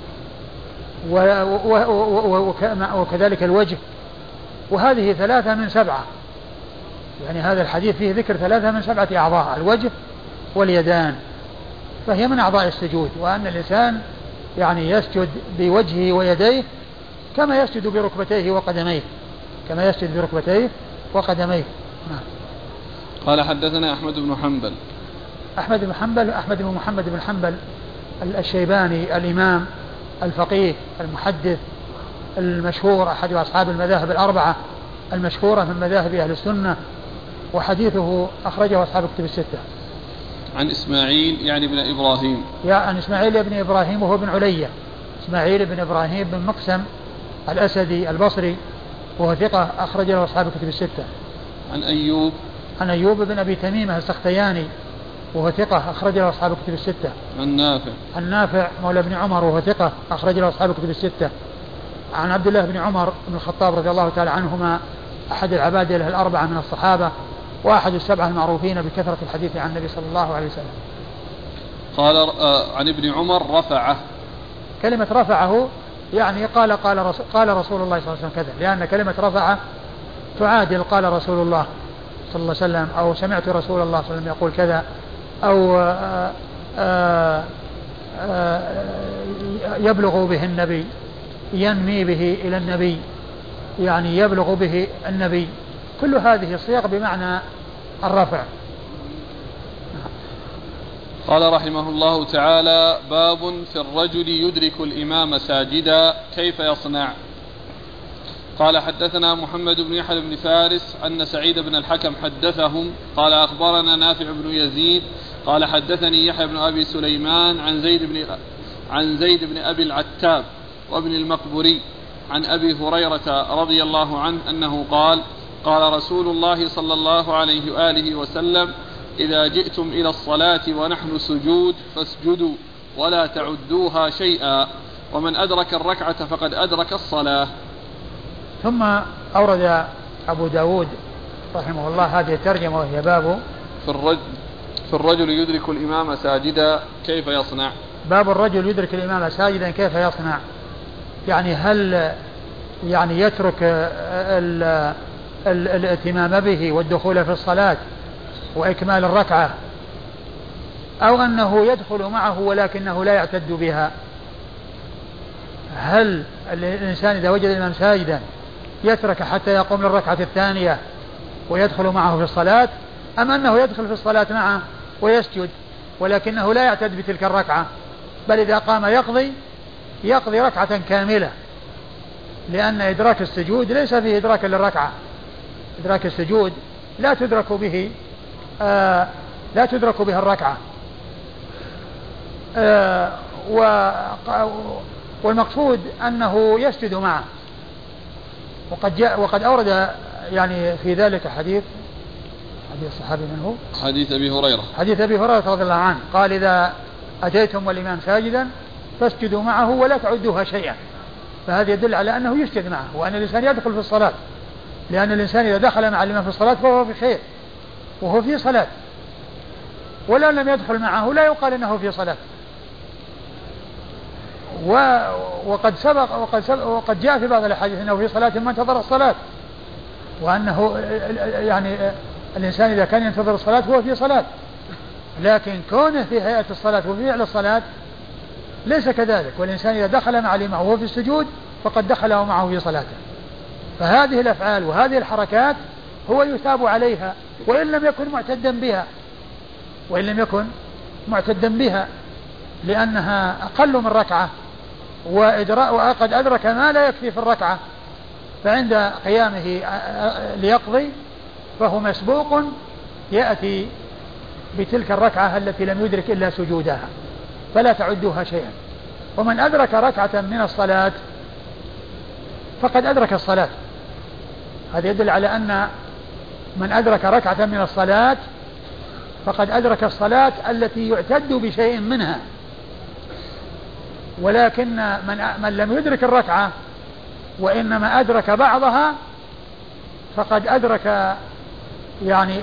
وكذلك الوجه، وهذه ثلاثة من سبعة، يعني هذا الحديث فيه ذكر ثلاثة من سبعة أعضاء: الوجه واليدان، فهي من أعضاء السجود، وأن الإنسان يعني يسجد بوجهه ويديه كما يسجد بركبتيه وقدميه كما يسجد بركبتيه وقدميه. نعم. قال حدثنا أحمد بن حنبل. أحمد بن حنبل أحمد بن محمد بن حنبل الشيباني الإمام الفقيه المحدث المشهور، أحد أصحاب المذاهب الأربعة المشهورة من مذاهب أهل السنة، وحديثه أخرجه أصحاب الكتب الستة. عن إسماعيل يعني بن إبراهيم. يا عن إسماعيل بن إبراهيم وهو بن علية، إسماعيل بن إبراهيم بن مقسم الأسدي البصري وهو ثقة أخرج له أصحاب الكتب الستة. عن أيوب. عن أيوب بن أبي تميمة السختياني وهو ثقة أخرج له أصحاب الكتب الستة. النافع النافع مولى ابن عمر وهو ثقة أخرج له أصحاب الكتب الستة. عن عبد الله بن عمر بن الخطاب رضي الله تعالى عنهما أحد العبادلة الأربعة من الصحابة وأحد السبعة المعروفين بكثرة الحديث عن النبي صلى الله عليه وسلم. قال آه عن ابن عمر رفعه. كلمة رفعه يعني قال قال رسول, قال رسول الله صلى الله عليه وسلم كذا، لأن كلمة رفعه تعادل قال رسول الله صلى الله عليه وسلم أو سمعت رسول الله صلى الله عليه وسلم يقول كذا أو آآ آآ آآ يبلغ به النبي، ينمي به إلى النبي، يعني يبلغ به النبي. كل هذه الصيغ بمعنى الرفع. قال رحمه الله تعالى: باب في الرجل يدرك الإمام ساجدا كيف يصنع. قال: حدثنا محمد بن يحيى بن فارس أن سعيد بن الحكم حدثهم قال: أخبرنا نافع بن يزيد قال: حدثني يحيى بن أبي سليمان عن زيد بن عن زيد بن أبي العتاب وابن المقبري عن أبي هريرة رضي الله عنه أنه قال: قال رسول الله صلى الله عليه وآله وسلم: إذا جئتم إلى الصلاة ونحن سجود فاسجدوا ولا تعدوها شيئا، ومن أدرك الركعة فقد أدرك الصلاة. ثم أورد أبو داود رحمه الله هذه الترجمة وهي باب في الرجل, في الرجل يدرك الإمام ساجدا كيف يصنع. باب الرجل يدرك الإمام ساجدا كيف يصنع، يعني هل يعني يترك ال ال الاتمام به والدخول في الصلاة وإكمال الركعة، أو أنه يدخل معه ولكنه لا يعتد بها. هل الإنسان إذا وجد الإمام ساجدا يترك حتى يقوم للركعة الثانية ويدخل معه في الصلاة، أم أنه يدخل في الصلاة معه ويسجد ولكنه لا يعتد بتلك الركعة، بل إذا قام يقضي يقضي ركعة كاملة، لأن إدراك السجود ليس فيه إدراك للركعة. إدراك السجود لا تدرك به آه لا تدرك بها الركعة. آه والمقصود أنه يسجد معه. وقد جاء وقد أورد يعني في ذلك حديث حديث الصحابي من هو؟ حديث أبي هريرة حديث أبي هريرة رضي الله عنه قال: إذا أتيتم والإمام ساجدا فاسجدوا معه ولا تعدوها شيئا. فهذا يدل على أنه يسجد معه وأن الإنسان يدخل في الصلاة، لأن الإنسان إذا دخل مع الإمام في الصلاة فهو في خير وهو في صلاة، ولو لم يدخل معه لا يقال أنه في صلاة. وقد سبق وقد, سبق وقد جاء في بعض الأحاديث أنه في صلاة ما انتظر الصلاة، وأنه يعني الإنسان إذا كان ينتظر الصلاة هو في صلاة، لكن كونه في هيئة الصلاة وفي فعل الصلاة ليس كذلك. والإنسان إذا دخل مع الإمام وهو في السجود فقد دخل معه في صلاته. فهذه الأفعال وهذه الحركات هو يثاب عليها وإن لم يكن معتدا بها وإن لم يكن معتدا بها لأنها أقل من ركعة، وقد أدرك ما لا يكفي في الركعة، فعند قيامه ليقضي فهو مسبوق يأتي بتلك الركعة التي لم يدرك إلا سجودها، فلا تعدوها شيئا. ومن أدرك ركعة من الصلاة فقد أدرك الصلاة. هذا يدل على أن من أدرك ركعة من الصلاة فقد أدرك الصلاة التي يعتد بشيء منها. ولكن من, من لم يدرك الركعة وإنما أدرك بعضها فقد أدرك يعني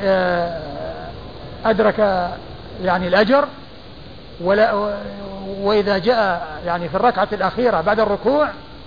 أدرك يعني الأجر. ولا وإذا جاء يعني في الركعة الأخيرة بعد الركوع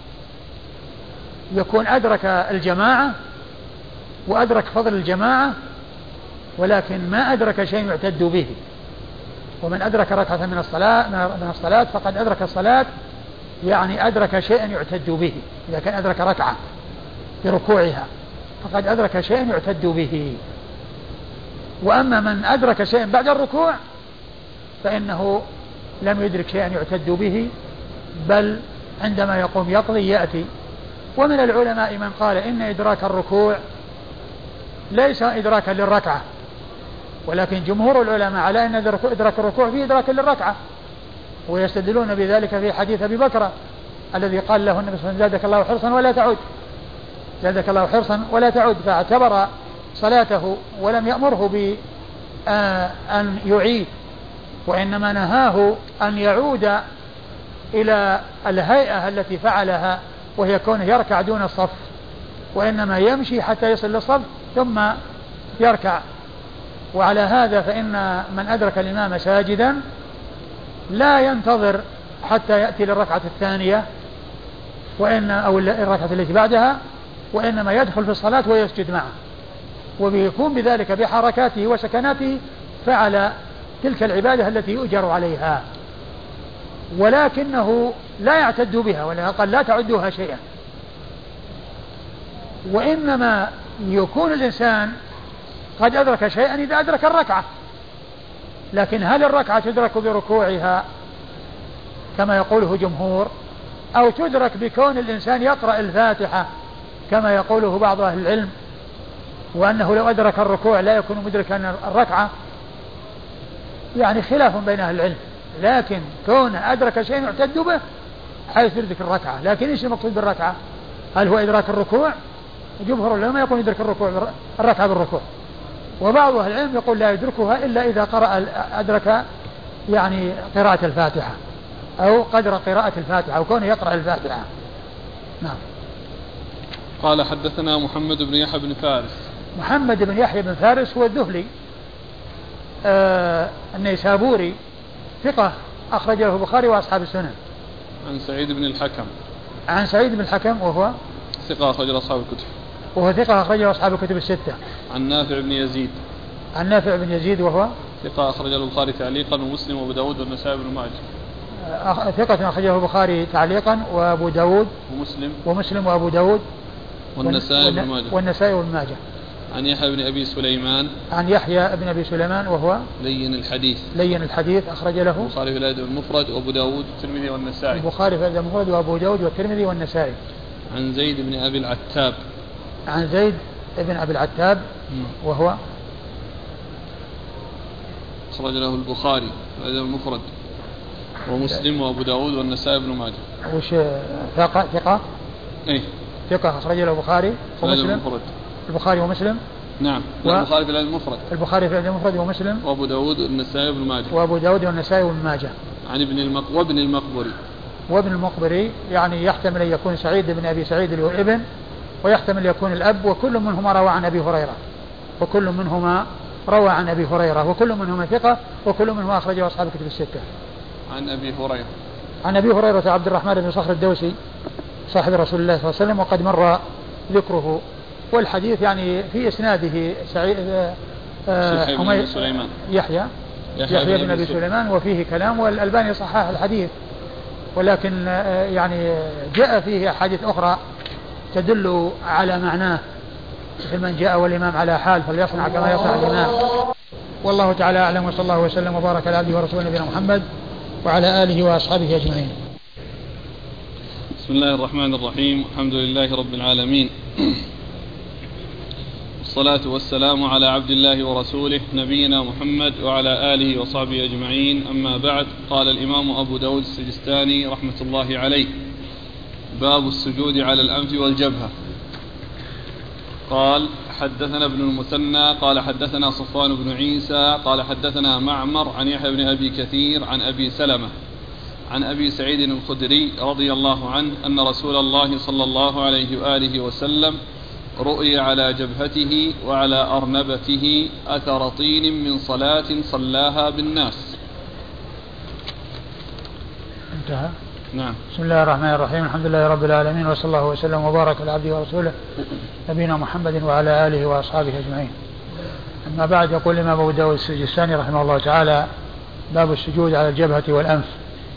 يكون أدرك الجماعة وأدرك فضل الجماعة، ولكن ما أدرك شيء يعتد به. ومن أدرك ركعة من الصلاة من الصلاة فقد أدرك الصلاة، يعني أدرك شيئا يعتد به. إذا كان أدرك ركعة بركوعها فقد أدرك شيئا يعتد به. وأما من أدرك شيئا بعد الركوع فإنه لم يدرك شيئا يعتد به، بل عندما يقوم يقضي يأتي. ومن العلماء من قال إن إدراك الركوع ليس إدراكا للركعة، ولكن جمهور العلماء على أن إدراك الركوع فيه إدراك للركعة، ويستدلون بذلك في حديث أبي بكر الذي قال له النبي صلى الله عليه وسلم: زادك الله حرصا ولا تعد، زادك الله حرصا ولا تعد. فاعتبر صلاته ولم يأمره أن يعيد، وإنما نهاه أن يعود إلى الهيئة التي فعلها وهي كونه يركع دون الصف، وإنما يمشي حتى يصل للصف ثم يركع. وعلى هذا فإن من أدرك الإمام ساجدا لا ينتظر حتى يأتي للركعة الثانية وإن أو الركعة التي بعدها، وإنما يدخل في الصلاة ويسجد معه، وبيكون بذلك بحركاته وسكناته فعل تلك العبادة التي يؤجر عليها، ولكنه لا يعتد بها ولا قال لا تعدوها شيئا. وإنما يكون الإنسان قد أدرك شيئا إذا أدرك الركعة، لكن هل الركعة تدرك بركوعها كما يقوله جمهور، أو تدرك بكون الإنسان يقرأ الفاتحة كما يقوله بعض أهل العلم، وأنه لو أدرك الركوع لا يكون مدركا الركعة؟ يعني خلاف بين أهل العلم، لكن كون أدرك شيء يعتد به حيث يدرك الركعة. لكن إيش المقصود بالركعة؟ هل هو إدراك الركوع؟ جمهور العلماء يقول يدرك الركوع الركعة بالركوع، وبعض أهل العلم يقول لا يدركها إلا إذا قرأ أدرك يعني قراءة الفاتحة أو قدر قراءة الفاتحة أو كونه يقرأ الفاتحة. نعم. قال حدثنا محمد بن يحيى بن فارس. محمد بن يحيى بن فارس هو الذهلي آه النيسابوري، ثقة أخرج له البخاري وأصحاب السنن. عن سعيد بن الحكم. عن سعيد بن الحكم وهو ثقة أخرج له أصحاب الكتب. وهو ثقة أخرج له أصحاب الكتب الستة. عن نافع بن يزيد. عن نافع بن يزيد وهو ثقة أخرج له البخاري تعليقا ومسلم وأبو داود والنسائي بن ماجه. أخ... ثقة أخرجه البخاري تعليقا وأبو داود ومسلم ومسلم وأبو داود والنسائي بن ماجه. والنسائي بن ماجه. عن يحيى بن أبي سليمان. عن يحيى بن أبي سليمان وهو لين الحديث. لين الحديث أخرج له البخاري في الأدب المفرد وأبو داود والترمذي والنسائي. البخاري في الأدب المفرد وأبو داود والترمذي والنسائي. عن زيد بن أبي العتاب. عن زيد بن أبي العتاب وهو أخرج له البخاري في الأدب المفرد ومسلم وأبو داود والنسائي بن ماجه. وش ثقة ثقة؟ إيه ثقة أخرج له البخاري ومسلم. البخاري ومسلم. نعم. و... البخاري في الأدب المفرد. البخاري في الأدب المفرد ومسلم. وأبو داود والنسائي بن ماجه. وأبو داود والنسائي بن ماجه. عن ابن المق... وابن المقبري. وابن المقبري يعني يحتمل أن يكون سعيد بن أبي سعيد اللي هو ابن، ويحتمل يكون الأب، وكل منهما روى عن أبي هريرة وكل منهما روى عن أبي هريرة وكل منهما ثقة وكل منهما أخرجه أصحاب الكتب الستة. عن أبي هريرة. عن أبي هريرة عبد الرحمن بن صخر الدوسي صاحب رسول الله صلى الله عليه وسلم، وقد مر ذكره، والحديث يعني في إسناده سعيد آه بن سليمان يحيى يحيى, يحيى بن أبي سليمان وفيه كلام، والألباني صحح الحديث، ولكن آه يعني جاء فيه أحاديث أخرى تدل على معناه، مثل من جاء والإمام على حال فليصنع كما يصنع الإمام. والله تعالى أعلم، وصلى الله وسلم وبارك على عبده ورسوله نبينا محمد وعلى آله وأصحابه أجمعين. بسم الله الرحمن الرحيم، الحمد لله رب العالمين، والصلاة والسلام على عبد الله ورسوله نبينا محمد وعلى آله وصحبه أجمعين. أما بعد، قال الإمام أبو داود السجستاني رحمة الله عليه: باب السجود على الأنف والجبهة. قال: حدثنا ابن المثنى قال حدثنا صفوان بن عيسى قال حدثنا معمر عن يحيى بن أبي كثير عن أبي سلمة عن أبي سعيد الخدري رضي الله عنه أن رسول الله صلى الله عليه وآله وسلم رؤي على جبهته وعلى أرنبته أثر طين من صلاة صلاها بالناس. انتهى. نعم. بسم الله الرحمن الرحيم، الحمد لله رب العالمين، وصلى الله وسلم وبارك على عبده ورسوله نبينا محمد وعلى آله وأصحابه أجمعين. أما بعد، يقول الإمام أبو داود السجستاني رحمه الله تعالى: باب السجود على الجبهة والأنف،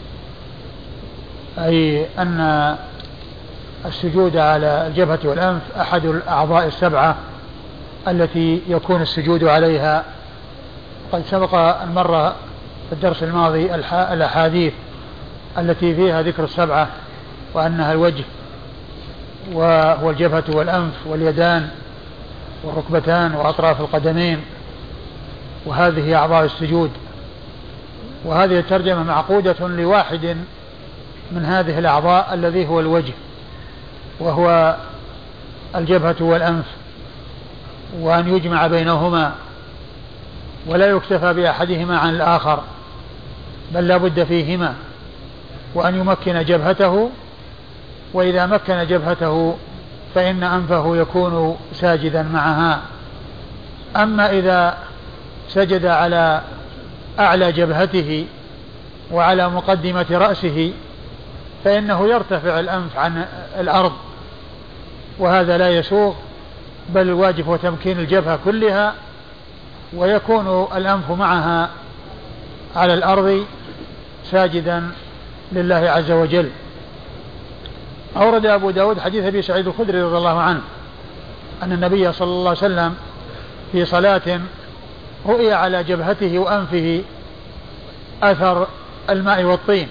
أي أن السجود على الجبهة والأنف أحد الأعضاء السبعة التي يكون السجود عليها. قد سبق أن مر في الدرس الماضي الأحاديث التي فيها ذكر السبعة، وأنها الوجه وهو الجبهة والأنف واليدان والركبتان وأطراف القدمين، وهذه أعضاء السجود. وهذه الترجمة معقودة لواحد من هذه الأعضاء الذي هو الوجه، وهو الجبهة والأنف، وأن يجمع بينهما ولا يكتفى بأحدهما عن الآخر، بل لا بد فيهما، وأن يمكن جبهته، وإذا مكن جبهته فإن أنفه يكون ساجدا معها. أما إذا سجد على أعلى جبهته وعلى مقدمة رأسه فإنه يرتفع الأنف عن الأرض، وهذا لا يسوغ، بل الواجب هو تمكين الجبهة كلها، ويكون الأنف معها على الأرض ساجدا لله عز وجل. أورد أبو داود حديث أبي سعيد الخدري رضي الله عنه أن النبي صلى الله عليه وسلم في صلاة رؤي على جبهته وأنفه أثر الماء والطين،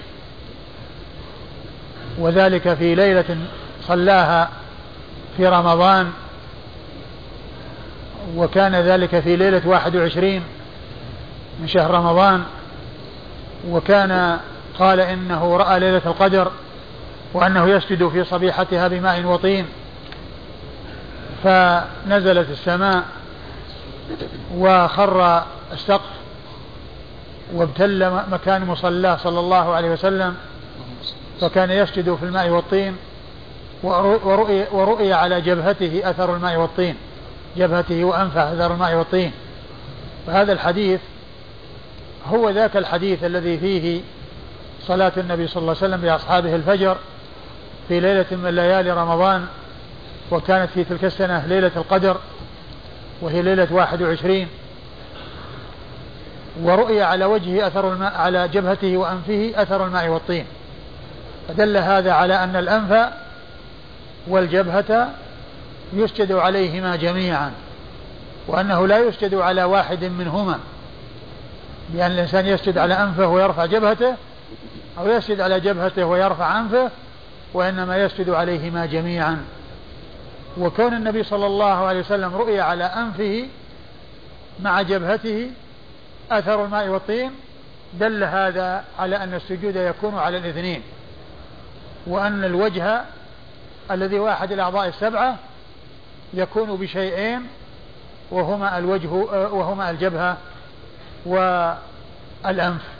وذلك في ليلة صلاها في رمضان، وكان ذلك في ليلة واحد وعشرين من شهر رمضان، وكان قال إنه رأى ليلة القدر وأنه يسجد في صبيحتها بماء وطين، فنزلت السماء وخر السقف وابتل مكان مصلاه صلى الله عليه وسلم، فكان يسجد في الماء والطين، ورؤي, ورؤي على جبهته أثر الماء والطين، جبهته وأنفه أثر الماء والطين. فهذا الحديث هو ذاك الحديث الذي فيه صلاة النبي صلى الله عليه وسلم بأصحابه الفجر في ليلة من ليالي رمضان، وكانت في تلك السنة ليلة القدر وهي ليلة واحد وعشرين، ورؤي على وجهه أثر الماء، على جبهته وأنفه أثر الماء والطين، فدل هذا على أن الأنف والجبهة يسجد عليهما جميعا، وأنه لا يسجد على واحد منهما، بأن الإنسان يسجد على أنفه ويرفع جبهته، أو يسجد على جبهته ويرفع أنفه، وإنما يسجد عليهما جميعا. وكون النبي صلى الله عليه وسلم رؤي على أنفه مع جبهته أثر الماء والطين دل هذا على أن السجود يكون على الاثنين، وأن الوجه الذي واحد الأعضاء السبعة يكون بشيئين، وهما الوجه وهما الجبهة والأنف.